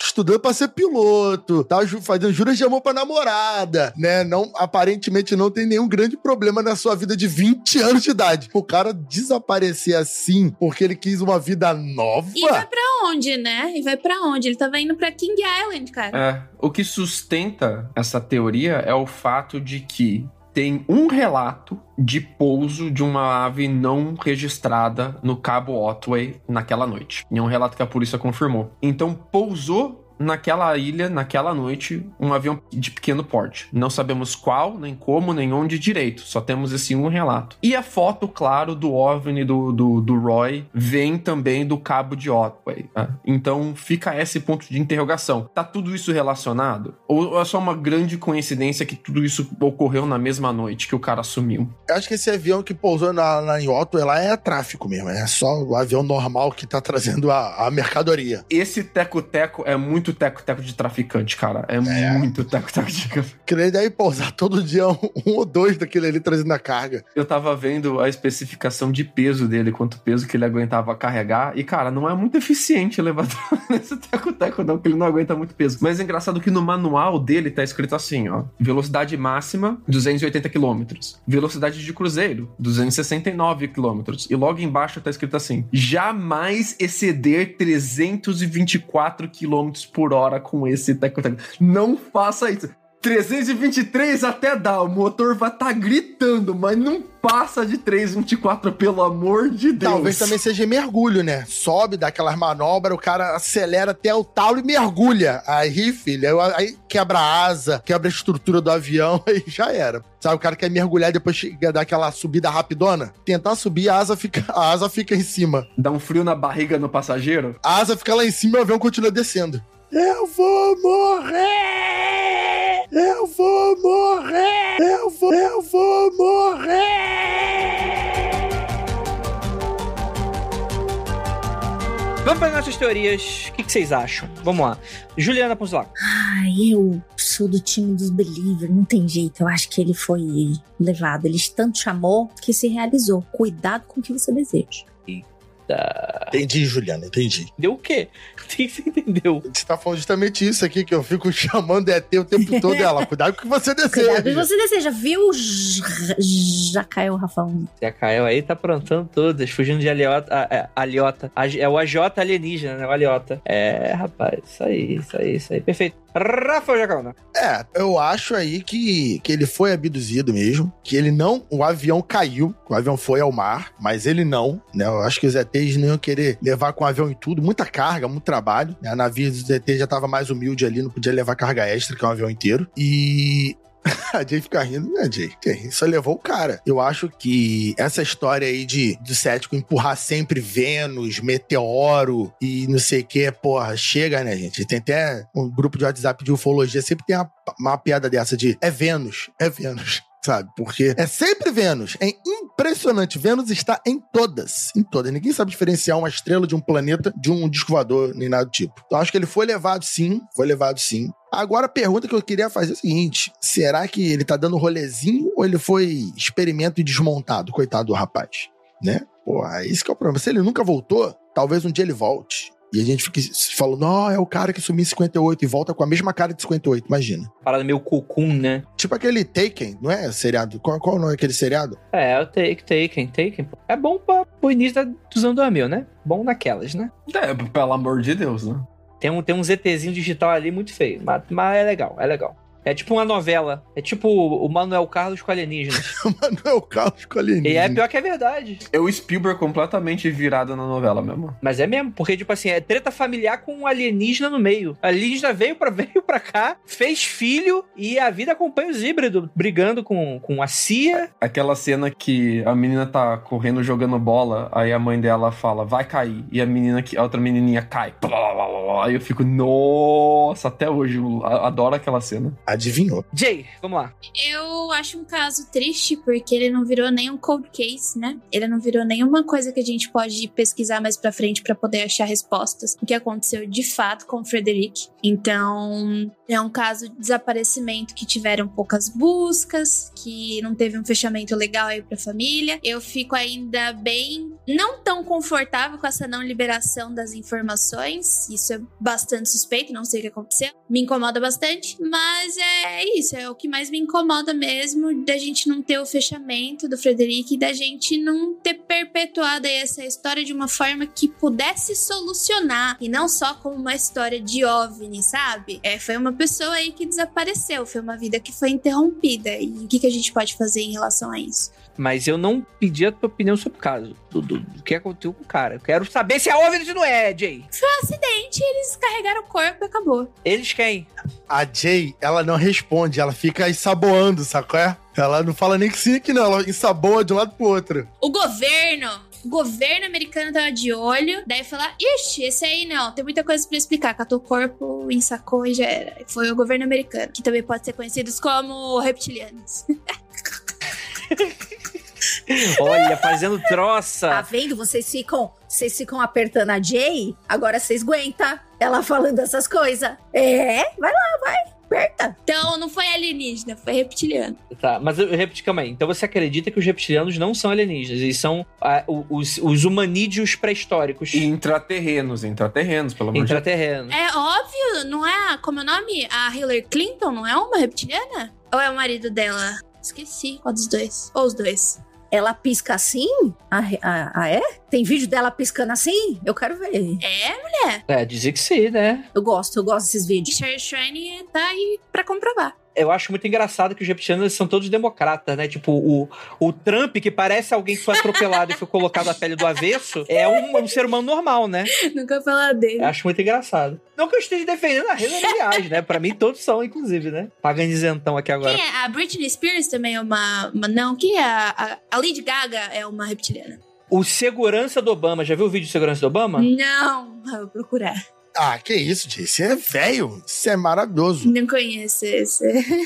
estudando pra ser piloto, tava fazendo juras de amor pra namorada, né? Não, aparentemente não tem nenhum grande problema na sua vida de vinte anos de idade. O cara desaparecer assim porque ele quis uma vida nova. E vai pra onde, né? E vai pra onde? Ele tava indo pra King Island, cara. É, o que sustenta essa teoria é o fato de que tem um relato de pouso de uma ave não registrada no Cabo Otway naquela noite. E é um relato que a polícia confirmou. Então, pousou naquela ilha, naquela noite, um avião de pequeno porte. Não sabemos qual, nem como, nem onde direito. Só temos esse um relato. E a foto, claro, do OVNI do, do, do Roy vem também do Cabo de Otway. Tá? Então fica esse ponto de interrogação. Tá tudo isso relacionado? Ou é só uma grande coincidência que tudo isso ocorreu na mesma noite que o cara sumiu? Eu acho que esse avião que pousou na, na em Otway lá é tráfico mesmo. É só o avião normal que tá trazendo a, a mercadoria. Esse teco-teco é muito muito teco-teco de traficante, cara. É, é. muito teco-teco de traficante. Que ele deve pousar todo dia um, um ou dois daquele ali trazendo a carga. Eu tava vendo a especificação de peso dele, quanto peso que ele aguentava carregar, e, cara, não é muito eficiente levar esse teco-teco, não, porque ele não aguenta muito peso. Mas é engraçado que no manual dele tá escrito assim, ó, velocidade máxima, duzentos e oitenta quilômetros. Velocidade de cruzeiro, duzentos e sessenta e nove quilômetros. E logo embaixo tá escrito assim, jamais exceder trezentos e vinte e quatro quilômetros por hora com esse teco-teco. Não faça isso. trezentos e vinte e três até dá, o motor vai estar tá gritando, mas não passa de trezentos e vinte e quatro, pelo amor de Deus. Talvez também seja mergulho, né? Sobe, dá aquelas manobras, o cara acelera até o talo e mergulha. Aí, filho, aí quebra a asa, quebra a estrutura do avião, aí já era. Sabe, o cara quer mergulhar e depois dar aquela subida rapidona? Tentar subir, a asa fica, a asa fica em cima. Dá um frio na barriga no passageiro? A asa fica lá em cima e o avião continua descendo. Eu vou morrer! Eu vou morrer! Eu vou, eu vou morrer! Vamos para as nossas teorias. O que, que vocês acham? Vamos lá. Juliana Ponzolago. Ai, eu sou do time dos Believers. Não tem jeito. Eu acho que ele foi levado. Ele tanto chamou que se realizou. Cuidado com o que você deseja. Da... Entendi, Juliana, entendi. Deu o quê? O que você entendeu? Você tá falando justamente isso aqui, que eu fico chamando E T o tempo todo dela. Cuidado com o que você deseja. Cuidado com o que você deseja, viu? Já caiu o Rafão. Já caiu aí, tá aprontando todas, fugindo de aliota. A, a, aliota. A, é o A J alienígena, né? O aliota. É, rapaz, isso aí, isso aí, isso aí. Perfeito. Rafael Jacalna. É, eu acho aí que, que ele foi abduzido mesmo, que ele não, o avião caiu, o avião foi ao mar, mas ele não, né? Eu acho que os E Tês não iam querer levar com o avião e tudo, muita carga, muito trabalho, né? A navio dos E Tês já tava mais humilde ali, não podia levar carga extra, que é um avião inteiro, e... A Jay fica rindo, né, Jay? Jay? Só levou o cara. Eu acho que essa história aí de do cético empurrar sempre Vênus, meteoro e não sei o que, porra, chega, né, gente? Tem até um grupo de WhatsApp de ufologia, sempre tem uma, uma piada dessa de é Vênus, é Vênus. Sabe? Porque é sempre Vênus. É impressionante. Vênus está em todas. Em todas. Ninguém sabe diferenciar uma estrela de um planeta de um disco voador, nem nada do tipo. Então, acho que ele foi levado sim. Foi levado sim. Agora, a pergunta que eu queria fazer é a seguinte. Será que ele tá dando rolezinho ou ele foi experimento e desmontado? Coitado do rapaz. Né? Porra, esse que é o problema. Se ele nunca voltou, talvez um dia ele volte. E a gente fica falando, não, é o cara que sumiu em cinquenta e oito e volta com a mesma cara de cinquenta e oito, imagina. Parada meio Cocoon, né? Tipo aquele Taken, não é seriado? Qual, qual não é aquele seriado? É, é o take, Taken, Taken. É bom pra, pro início da, dos anos dois mil, né? Bom naquelas, né? É, pelo amor de Deus, né? Tem um, tem um ZTzinho digital ali muito feio, mas, mas é legal, é legal. É tipo uma novela. É tipo o Manuel Carlos com alienígenas. O Manuel Carlos com alienígenas. E é pior que é verdade. É o Spielberg completamente virado na novela mesmo. Mas é mesmo, porque, tipo assim, é treta familiar com um alienígena no meio. A alienígena veio pra, veio pra cá, fez filho e a vida acompanha os híbridos, brigando com, com a C I A. Aquela cena que a menina tá correndo, jogando bola, aí a mãe dela fala, vai cair. E a menina, a outra menininha cai. Aí eu fico, nossa, até hoje, eu adoro aquela cena. A Adivinhou. Jay, vamos lá. Eu acho um caso triste, porque ele não virou nenhum cold case, né? Ele não virou nenhuma coisa que a gente pode pesquisar mais pra frente pra poder achar respostas. O que aconteceu de fato com o Frederick. Então, é um caso de desaparecimento que tiveram poucas buscas, que não teve um fechamento legal aí pra família. Eu fico ainda bem, não tão confortável com essa não liberação das informações. Isso é bastante suspeito, não sei o que aconteceu. Me incomoda bastante, mas é isso, é o que mais me incomoda mesmo, da gente não ter o fechamento do Frederick e da gente não ter perpetuado aí essa história de uma forma que pudesse solucionar, e não só como uma história de OVNI, sabe? É, foi uma pessoa aí que desapareceu, foi uma vida que foi interrompida, e o que, que a gente pode fazer em relação a isso? Mas eu não pedi a tua opinião sobre o caso, do, do, do que aconteceu com o cara. Eu quero saber se é OVNI ou se não é, Jay. Foi um acidente, eles carregaram o corpo e acabou. Eles quem? A Jay, ela não responde, ela fica ensaboando, sacou? Ela não fala nem que sim que não, ela ensaboa de um lado pro outro. O governo, o governo americano tava de olho, daí falar, ixi, esse aí não, tem muita coisa pra explicar, catou o corpo, ensacou e já era. Foi o governo americano, que também pode ser conhecidos como reptilianos. Olha, fazendo troça. Tá vendo? Vocês ficam, vocês ficam apertando a Jay, agora vocês aguentam ela falando essas coisas. É, vai lá, vai, aperta. Então não foi alienígena, foi reptiliano. Tá, mas eu repito, calma aí. Então você acredita que os reptilianos não são alienígenas, eles são ah, os, os humanídeos pré-históricos. E intraterrenos, intraterrenos, pelo amor de Deus. Intraterrenos. É óbvio, não é, como é o nome? A Hillary Clinton não é uma reptiliana? Ou é o marido dela? Esqueci, qual dos dois? Ou os dois? Ela pisca assim? Ah, ah, ah, é? Tem vídeo dela piscando assim? Eu quero ver. É, mulher? É, dizer que sim, né? Eu gosto, eu gosto desses vídeos. Sherry Shrine tá aí pra comprovar. Eu acho muito engraçado que os reptilianos são todos democratas, né? Tipo, o, o Trump, que parece alguém que foi atropelado e foi colocado na pele do avesso, é um, um ser humano normal, né? Nunca falar dele. Eu acho muito engraçado. Não que eu esteja defendendo a Hillary, aliás, né? Pra mim, todos são, inclusive, né? Paganizentão aqui agora. Quem é? A Britney Spears também é uma... uma não, quem é? A, a Lady Gaga é uma reptiliana. O segurança do Obama, já viu o vídeo do segurança do Obama? Não, eu vou procurar. Ah, que isso, Jay? Isso é velho. Isso é maravilhoso. Não conheço esse.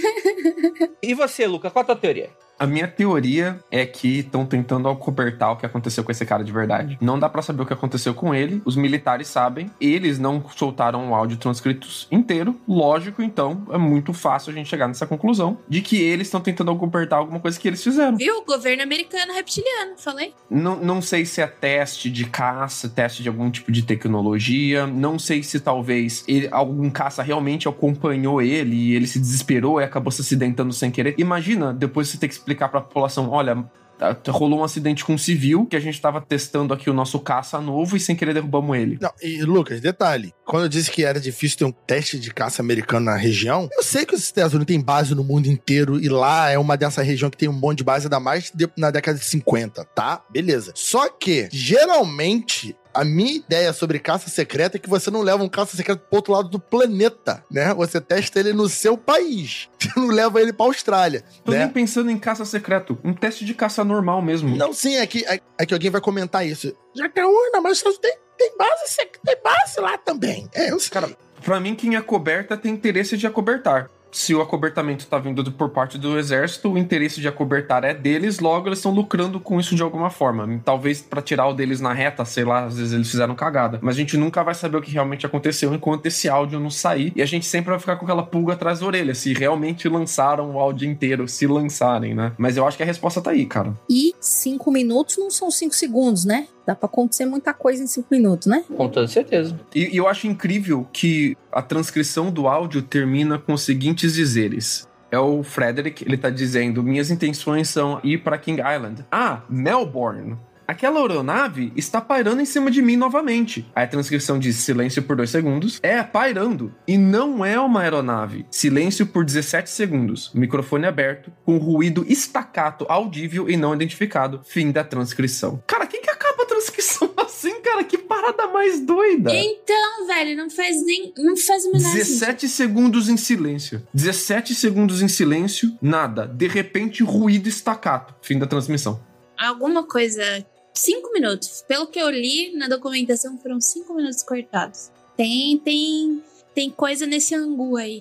E você, Luca, qual a tua teoria? A minha teoria é que estão tentando acobertar o que aconteceu com esse cara de verdade. Não dá pra saber o que aconteceu com ele. Os militares sabem. Eles não soltaram o áudio transcrito inteiro. Lógico, então, é muito fácil a gente chegar nessa conclusão de que eles estão tentando acobertar alguma coisa que eles fizeram. Viu? O governo americano reptiliano, falei. Não, não sei se é teste de caça, teste de algum tipo de tecnologia. Não sei se talvez ele, algum caça realmente acompanhou ele e ele se desesperou e acabou se acidentando sem querer. Imagina, depois você ter que explicar pra população, olha, rolou um acidente com um civil que a gente tava testando aqui o nosso caça novo e sem querer derrubamos ele. Não, e Lucas, detalhe, quando eu disse que era difícil ter um teste de caça americano na região, eu sei que os Estados Unidos têm base no mundo inteiro e lá é uma dessa região que tem um monte de base, ainda mais na década de cinquenta, tá? Beleza. Só que, geralmente, a minha ideia sobre caça secreta é que você não leva um caça secreto pro outro lado do planeta, né? Você testa ele no seu país. Você não leva ele pra Austrália. Tô né? nem pensando em caça secreto. Um teste de caça normal mesmo. Não, sim, é que, é, é que alguém vai comentar isso. Jacaúna, mas tem, tem, base, tem base lá também. É, eu sei. Cara, pra mim, quem acoberta tem interesse de acobertar. Se o acobertamento tá vindo por parte do exército, o interesse de acobertar é deles, logo eles estão lucrando com isso de alguma forma. Talvez pra tirar o deles na reta, sei lá, às vezes eles fizeram cagada. Mas a gente nunca vai saber o que realmente aconteceu enquanto esse áudio não sair. E a gente sempre vai ficar com aquela pulga atrás da orelha, se realmente lançaram o áudio inteiro, se lançarem, né? Mas eu acho que a resposta tá aí, cara. E cinco minutos não são cinco segundos, né? Dá pra acontecer muita coisa em cinco minutos, né? Com toda certeza. E, e eu acho incrível que a transcrição do áudio termina com os seguintes dizeres. É o Frederick, ele tá dizendo: minhas intenções são ir para King Island. Ah, Melbourne. Aquela aeronave está pairando em cima de mim novamente. Aí a transcrição diz silêncio por dois segundos. É, pairando. E não é uma aeronave. Silêncio por dezessete segundos. Microfone aberto, com ruído estacato, audível e não identificado. Fim da transcrição. Cara, quem que acaba a transcrição assim, cara? Que parada mais doida. Então, velho, não faz nem... Não faz o menor dezessete segundos em silêncio. dezessete segundos em silêncio, nada. De repente, ruído estacato. Fim da transmissão. Alguma coisa... Cinco minutos. Pelo que eu li na documentação, foram cinco minutos cortados. Tem, tem, tem coisa nesse angu aí.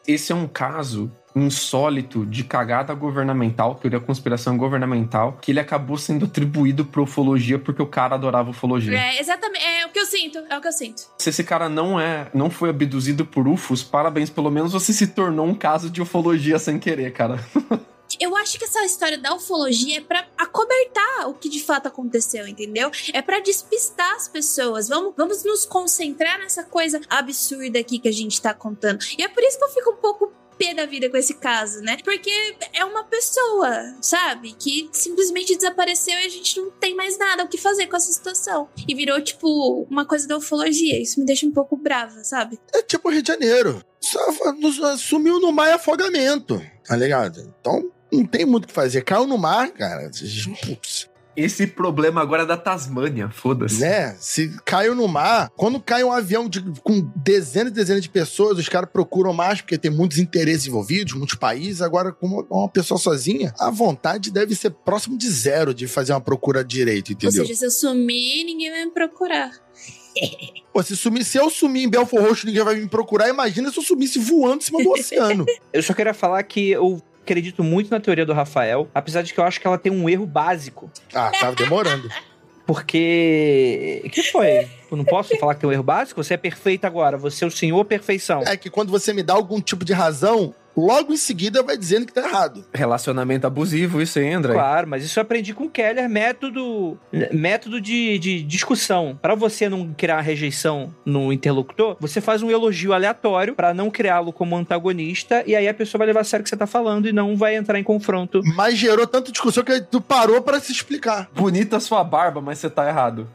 Esse é um caso insólito de cagada governamental, teoria da conspiração governamental, que ele acabou sendo atribuído pra ufologia porque o cara adorava ufologia. É, exatamente. É o que eu sinto. É o que eu sinto. Se esse cara não é, não foi abduzido por U F Os, parabéns, pelo menos você se tornou um caso de ufologia sem querer, cara. Eu acho que essa história da ufologia é pra acobertar o que de fato aconteceu, entendeu? É pra despistar as pessoas. Vamos, vamos nos concentrar nessa coisa absurda aqui que a gente tá contando. E é por isso que eu fico um pouco pé da vida com esse caso, né? Porque é uma pessoa, sabe? Que simplesmente desapareceu e a gente não tem mais nada o que fazer com essa situação. E virou, tipo, uma coisa da ufologia. Isso me deixa um pouco brava, sabe? É tipo Rio de Janeiro. Só sumiu no mar e afogamento, tá ligado? Então, não tem muito o que fazer. Caiu no mar, cara. Putz. Esse problema agora é da Tasmânia, foda-se. Né? Se caiu no mar, quando cai um avião de, com dezenas e dezenas de pessoas, os caras procuram mais, porque tem muitos interesses envolvidos, muitos países. Agora, como uma pessoa sozinha, a vontade deve ser próximo de zero de fazer uma procura direito, entendeu? Ou seja, se eu sumir, ninguém vai me procurar. Pô, se, sumir, se eu sumir em Belfort Roxo, ninguém vai me procurar. Imagina se eu sumisse voando em cima do oceano. Eu só queria falar que eu acredito muito na teoria do Rafael, apesar de que eu acho que ela tem um erro básico. Ah, tava demorando. Porque... O que foi? Eu não posso falar que tem um erro básico? Você é perfeito agora, você é o senhor perfeição. É que quando você me dá algum tipo de razão, logo em seguida vai dizendo que tá errado. Relacionamento abusivo, isso aí, André? Claro, mas isso eu aprendi com o Keller, método, método de, de discussão. Pra você não criar rejeição no interlocutor, você faz um elogio aleatório pra não criá-lo como antagonista, e aí a pessoa vai levar a sério o que você tá falando e não vai entrar em confronto. Mas gerou tanta discussão que tu parou pra se explicar. Bonita sua barba, mas você tá errado.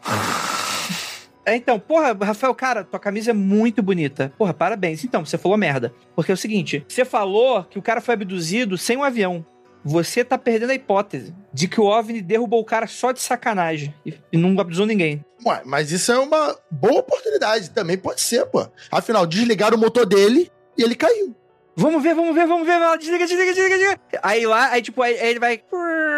É, então, porra, Rafael, cara, tua camisa é muito bonita. Porra, parabéns. Então, você falou merda. Porque é o seguinte, você falou que o cara foi abduzido sem um avião. Você tá perdendo a hipótese de que o OVNI derrubou o cara só de sacanagem e, e não abduzou ninguém. Ué, mas isso é uma boa oportunidade. Também pode ser, pô. Afinal, desligaram o motor dele e ele caiu. Vamos ver, vamos ver, vamos ver. Desliga, desliga, desliga, desliga. Aí lá, aí tipo, aí, aí ele vai...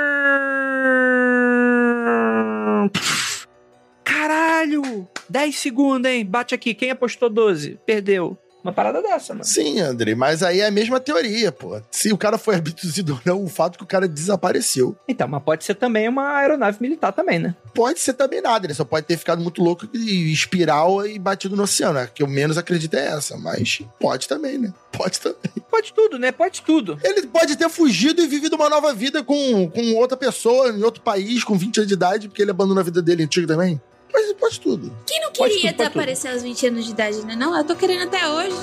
Caralho! dez segundos, hein? Bate aqui. Quem apostou doze? Perdeu. Uma parada dessa, mano. Sim, André, mas aí é a mesma teoria, pô. Se o cara foi abduzido ou não, o fato que o cara desapareceu. Então, mas pode ser também uma aeronave militar também, né? Pode ser também nada, ele só pode ter ficado muito louco e espiral e batido no oceano, né? Que eu menos acredito é essa, mas pode também, né? Pode também. Pode tudo, né? Pode tudo. Ele pode ter fugido e vivido uma nova vida com, com outra pessoa, em outro país, com vinte anos de idade, porque ele abandonou a vida dele antiga também. Pode, pode tudo. Quem não queria até aparecer aos vinte anos de idade, né? Não, eu tô querendo até hoje.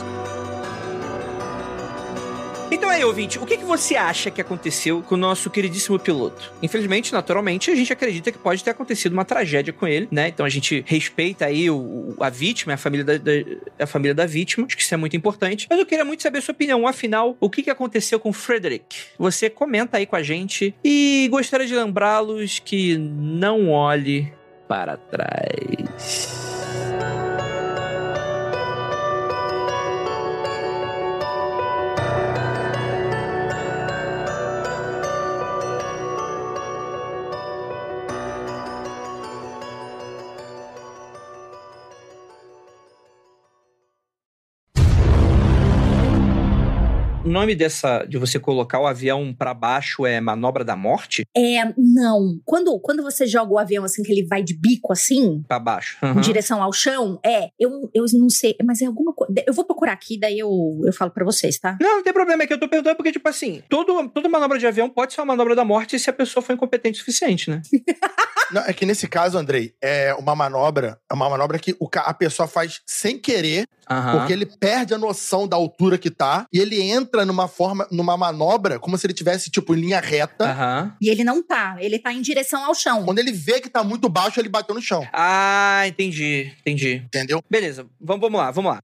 Então aí, ouvinte, o que, que você acha que aconteceu com o nosso queridíssimo piloto? Infelizmente, naturalmente, a gente acredita que pode ter acontecido uma tragédia com ele, né? Então a gente respeita aí o, a vítima, a família da, da, a família da vítima. Acho que isso é muito importante. Mas eu queria muito saber a sua opinião. Afinal, o que, que aconteceu com o Frederick? Você comenta aí com a gente. E gostaria de lembrá-los que não olhe para trás. O nome dessa, de você colocar o avião pra baixo é manobra da morte? É, não. Quando, quando você joga o avião assim, que ele vai de bico assim... Pra baixo. Uhum. Em direção ao chão, é. Eu, eu não sei, mas é alguma coisa... Eu vou procurar aqui, daí eu, eu falo pra vocês, tá? Não, não tem problema. É que eu tô perguntando porque, tipo assim, todo, toda manobra de avião pode ser uma manobra da morte se a pessoa for incompetente o suficiente, né? Não, é que nesse caso, Andrei, é uma manobra, é uma manobra que o, a pessoa faz sem querer, uhum. Porque ele perde a noção da altura que tá, e ele entra numa forma, numa manobra, como se ele tivesse, tipo, em linha reta. Uhum. E ele não tá, ele tá em direção ao chão. Quando ele vê que tá muito baixo, ele bateu no chão. Ah, entendi, entendi. Entendeu? Beleza, vamos, vamos lá, vamos lá.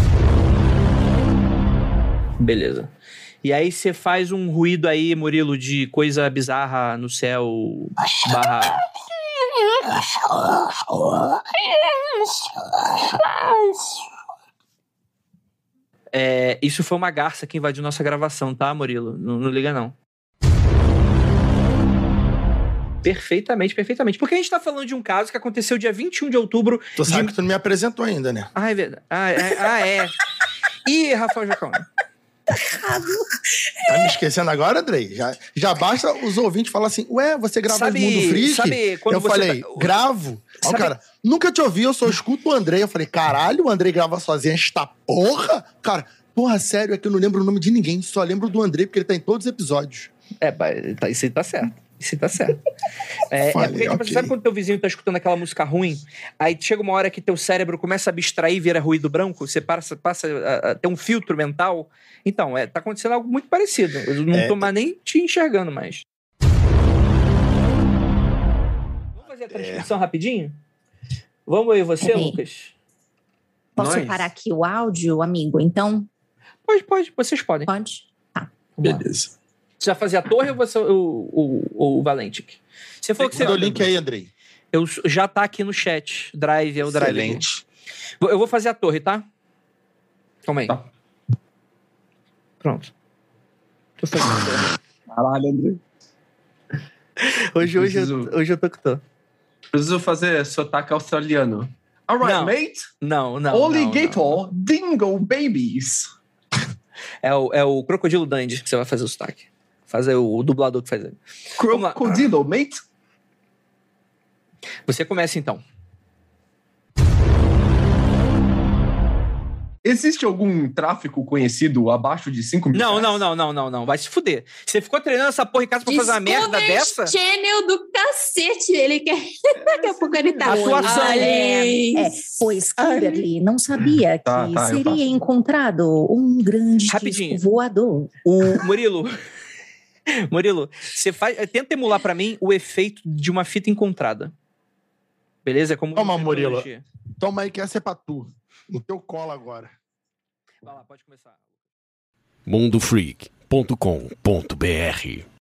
Beleza. E aí você faz um ruído aí, Murilo, de coisa bizarra no céu, barra... É, isso foi uma garça que invadiu nossa gravação, tá, Murilo? Não, não liga, não. Perfeitamente, perfeitamente. Porque a gente tá falando de um caso que aconteceu dia vinte e um de outubro... Tu sabe de... que tu não me apresentou ainda, né? Ah, é verdade. Ah, é. Ah, é. Ih, Rafael Jacão. errado. Tá me esquecendo agora, Andrei? Já, já basta os ouvintes falar assim, ué, você grava Sabe- o Mundo Freak? sabe quando eu você falei, tá- gravo. Aí o Sabe- cara, nunca te ouvi, eu só escuto o Andrei. Eu falei, caralho, o Andrei grava sozinho esta porra? Cara, porra, sério, é que eu não lembro o nome de ninguém, só lembro do Andrei, porque ele tá em todos os episódios. É, ba- tá- isso aí tá certo. Isso aí tá certo. É, Falei, é porque, tipo, ok. você sabe quando teu vizinho tá escutando aquela música ruim, aí chega uma hora que teu cérebro começa a abstrair e vira ruído branco, você passa, passa a, a ter um filtro mental. Então, é, tá acontecendo algo muito parecido. Eu não É. tô mais nem te enxergando mais. Vamos fazer a transcrição rapidinho? Vamos aí, você, Peraí. Lucas? Posso Nós. parar aqui o áudio, amigo? Então, Pode, pode, vocês podem. pode? Tá. Vamos lá. Beleza. Você vai fazer a torre ou você, o, o, o Valentic? Você falou que você... Manda o link aí, Andrei. Eu, já tá aqui no chat. Drive, é o Drive. Excelente. Vou- Eu vou fazer a torre, tá? Calma aí. Tá. Pronto. Tô fazendo a torre. Caralho, André. Hoje, hoje, Preciso- eu, hoje eu tô com tô. Preciso fazer sotaque australiano. Alright, Não. mate. Não, não. Alligator, não, dingo babies. não. É, o, é o Crocodilo Dandy que você vai fazer o sotaque. Fazer o, o dublador que faz ele. Vamos lá. Crocodilo, mate. Você começa então. Existe algum tráfico conhecido abaixo de cinco mil Não, reais? não, não, não, não, não. Vai se fuder. Você ficou treinando essa porra em casa pra fazer uma merda Discovery dessa? Channel do cacete. Ele quer. Daqui a pouco ele tá. Atuação. É, é, pois Kimberly não sabia que Tá, tá, eu seria faço. encontrado um grande Rapidinho. disco voador. O Murilo. Murilo, você faz, tenta emular pra mim o efeito de uma fita encontrada. Beleza? É como Toma, Murilo. tecnologia. Toma aí que essa é pra tu. No teu colo agora. Vai lá, pode começar. mundo freak ponto com ponto br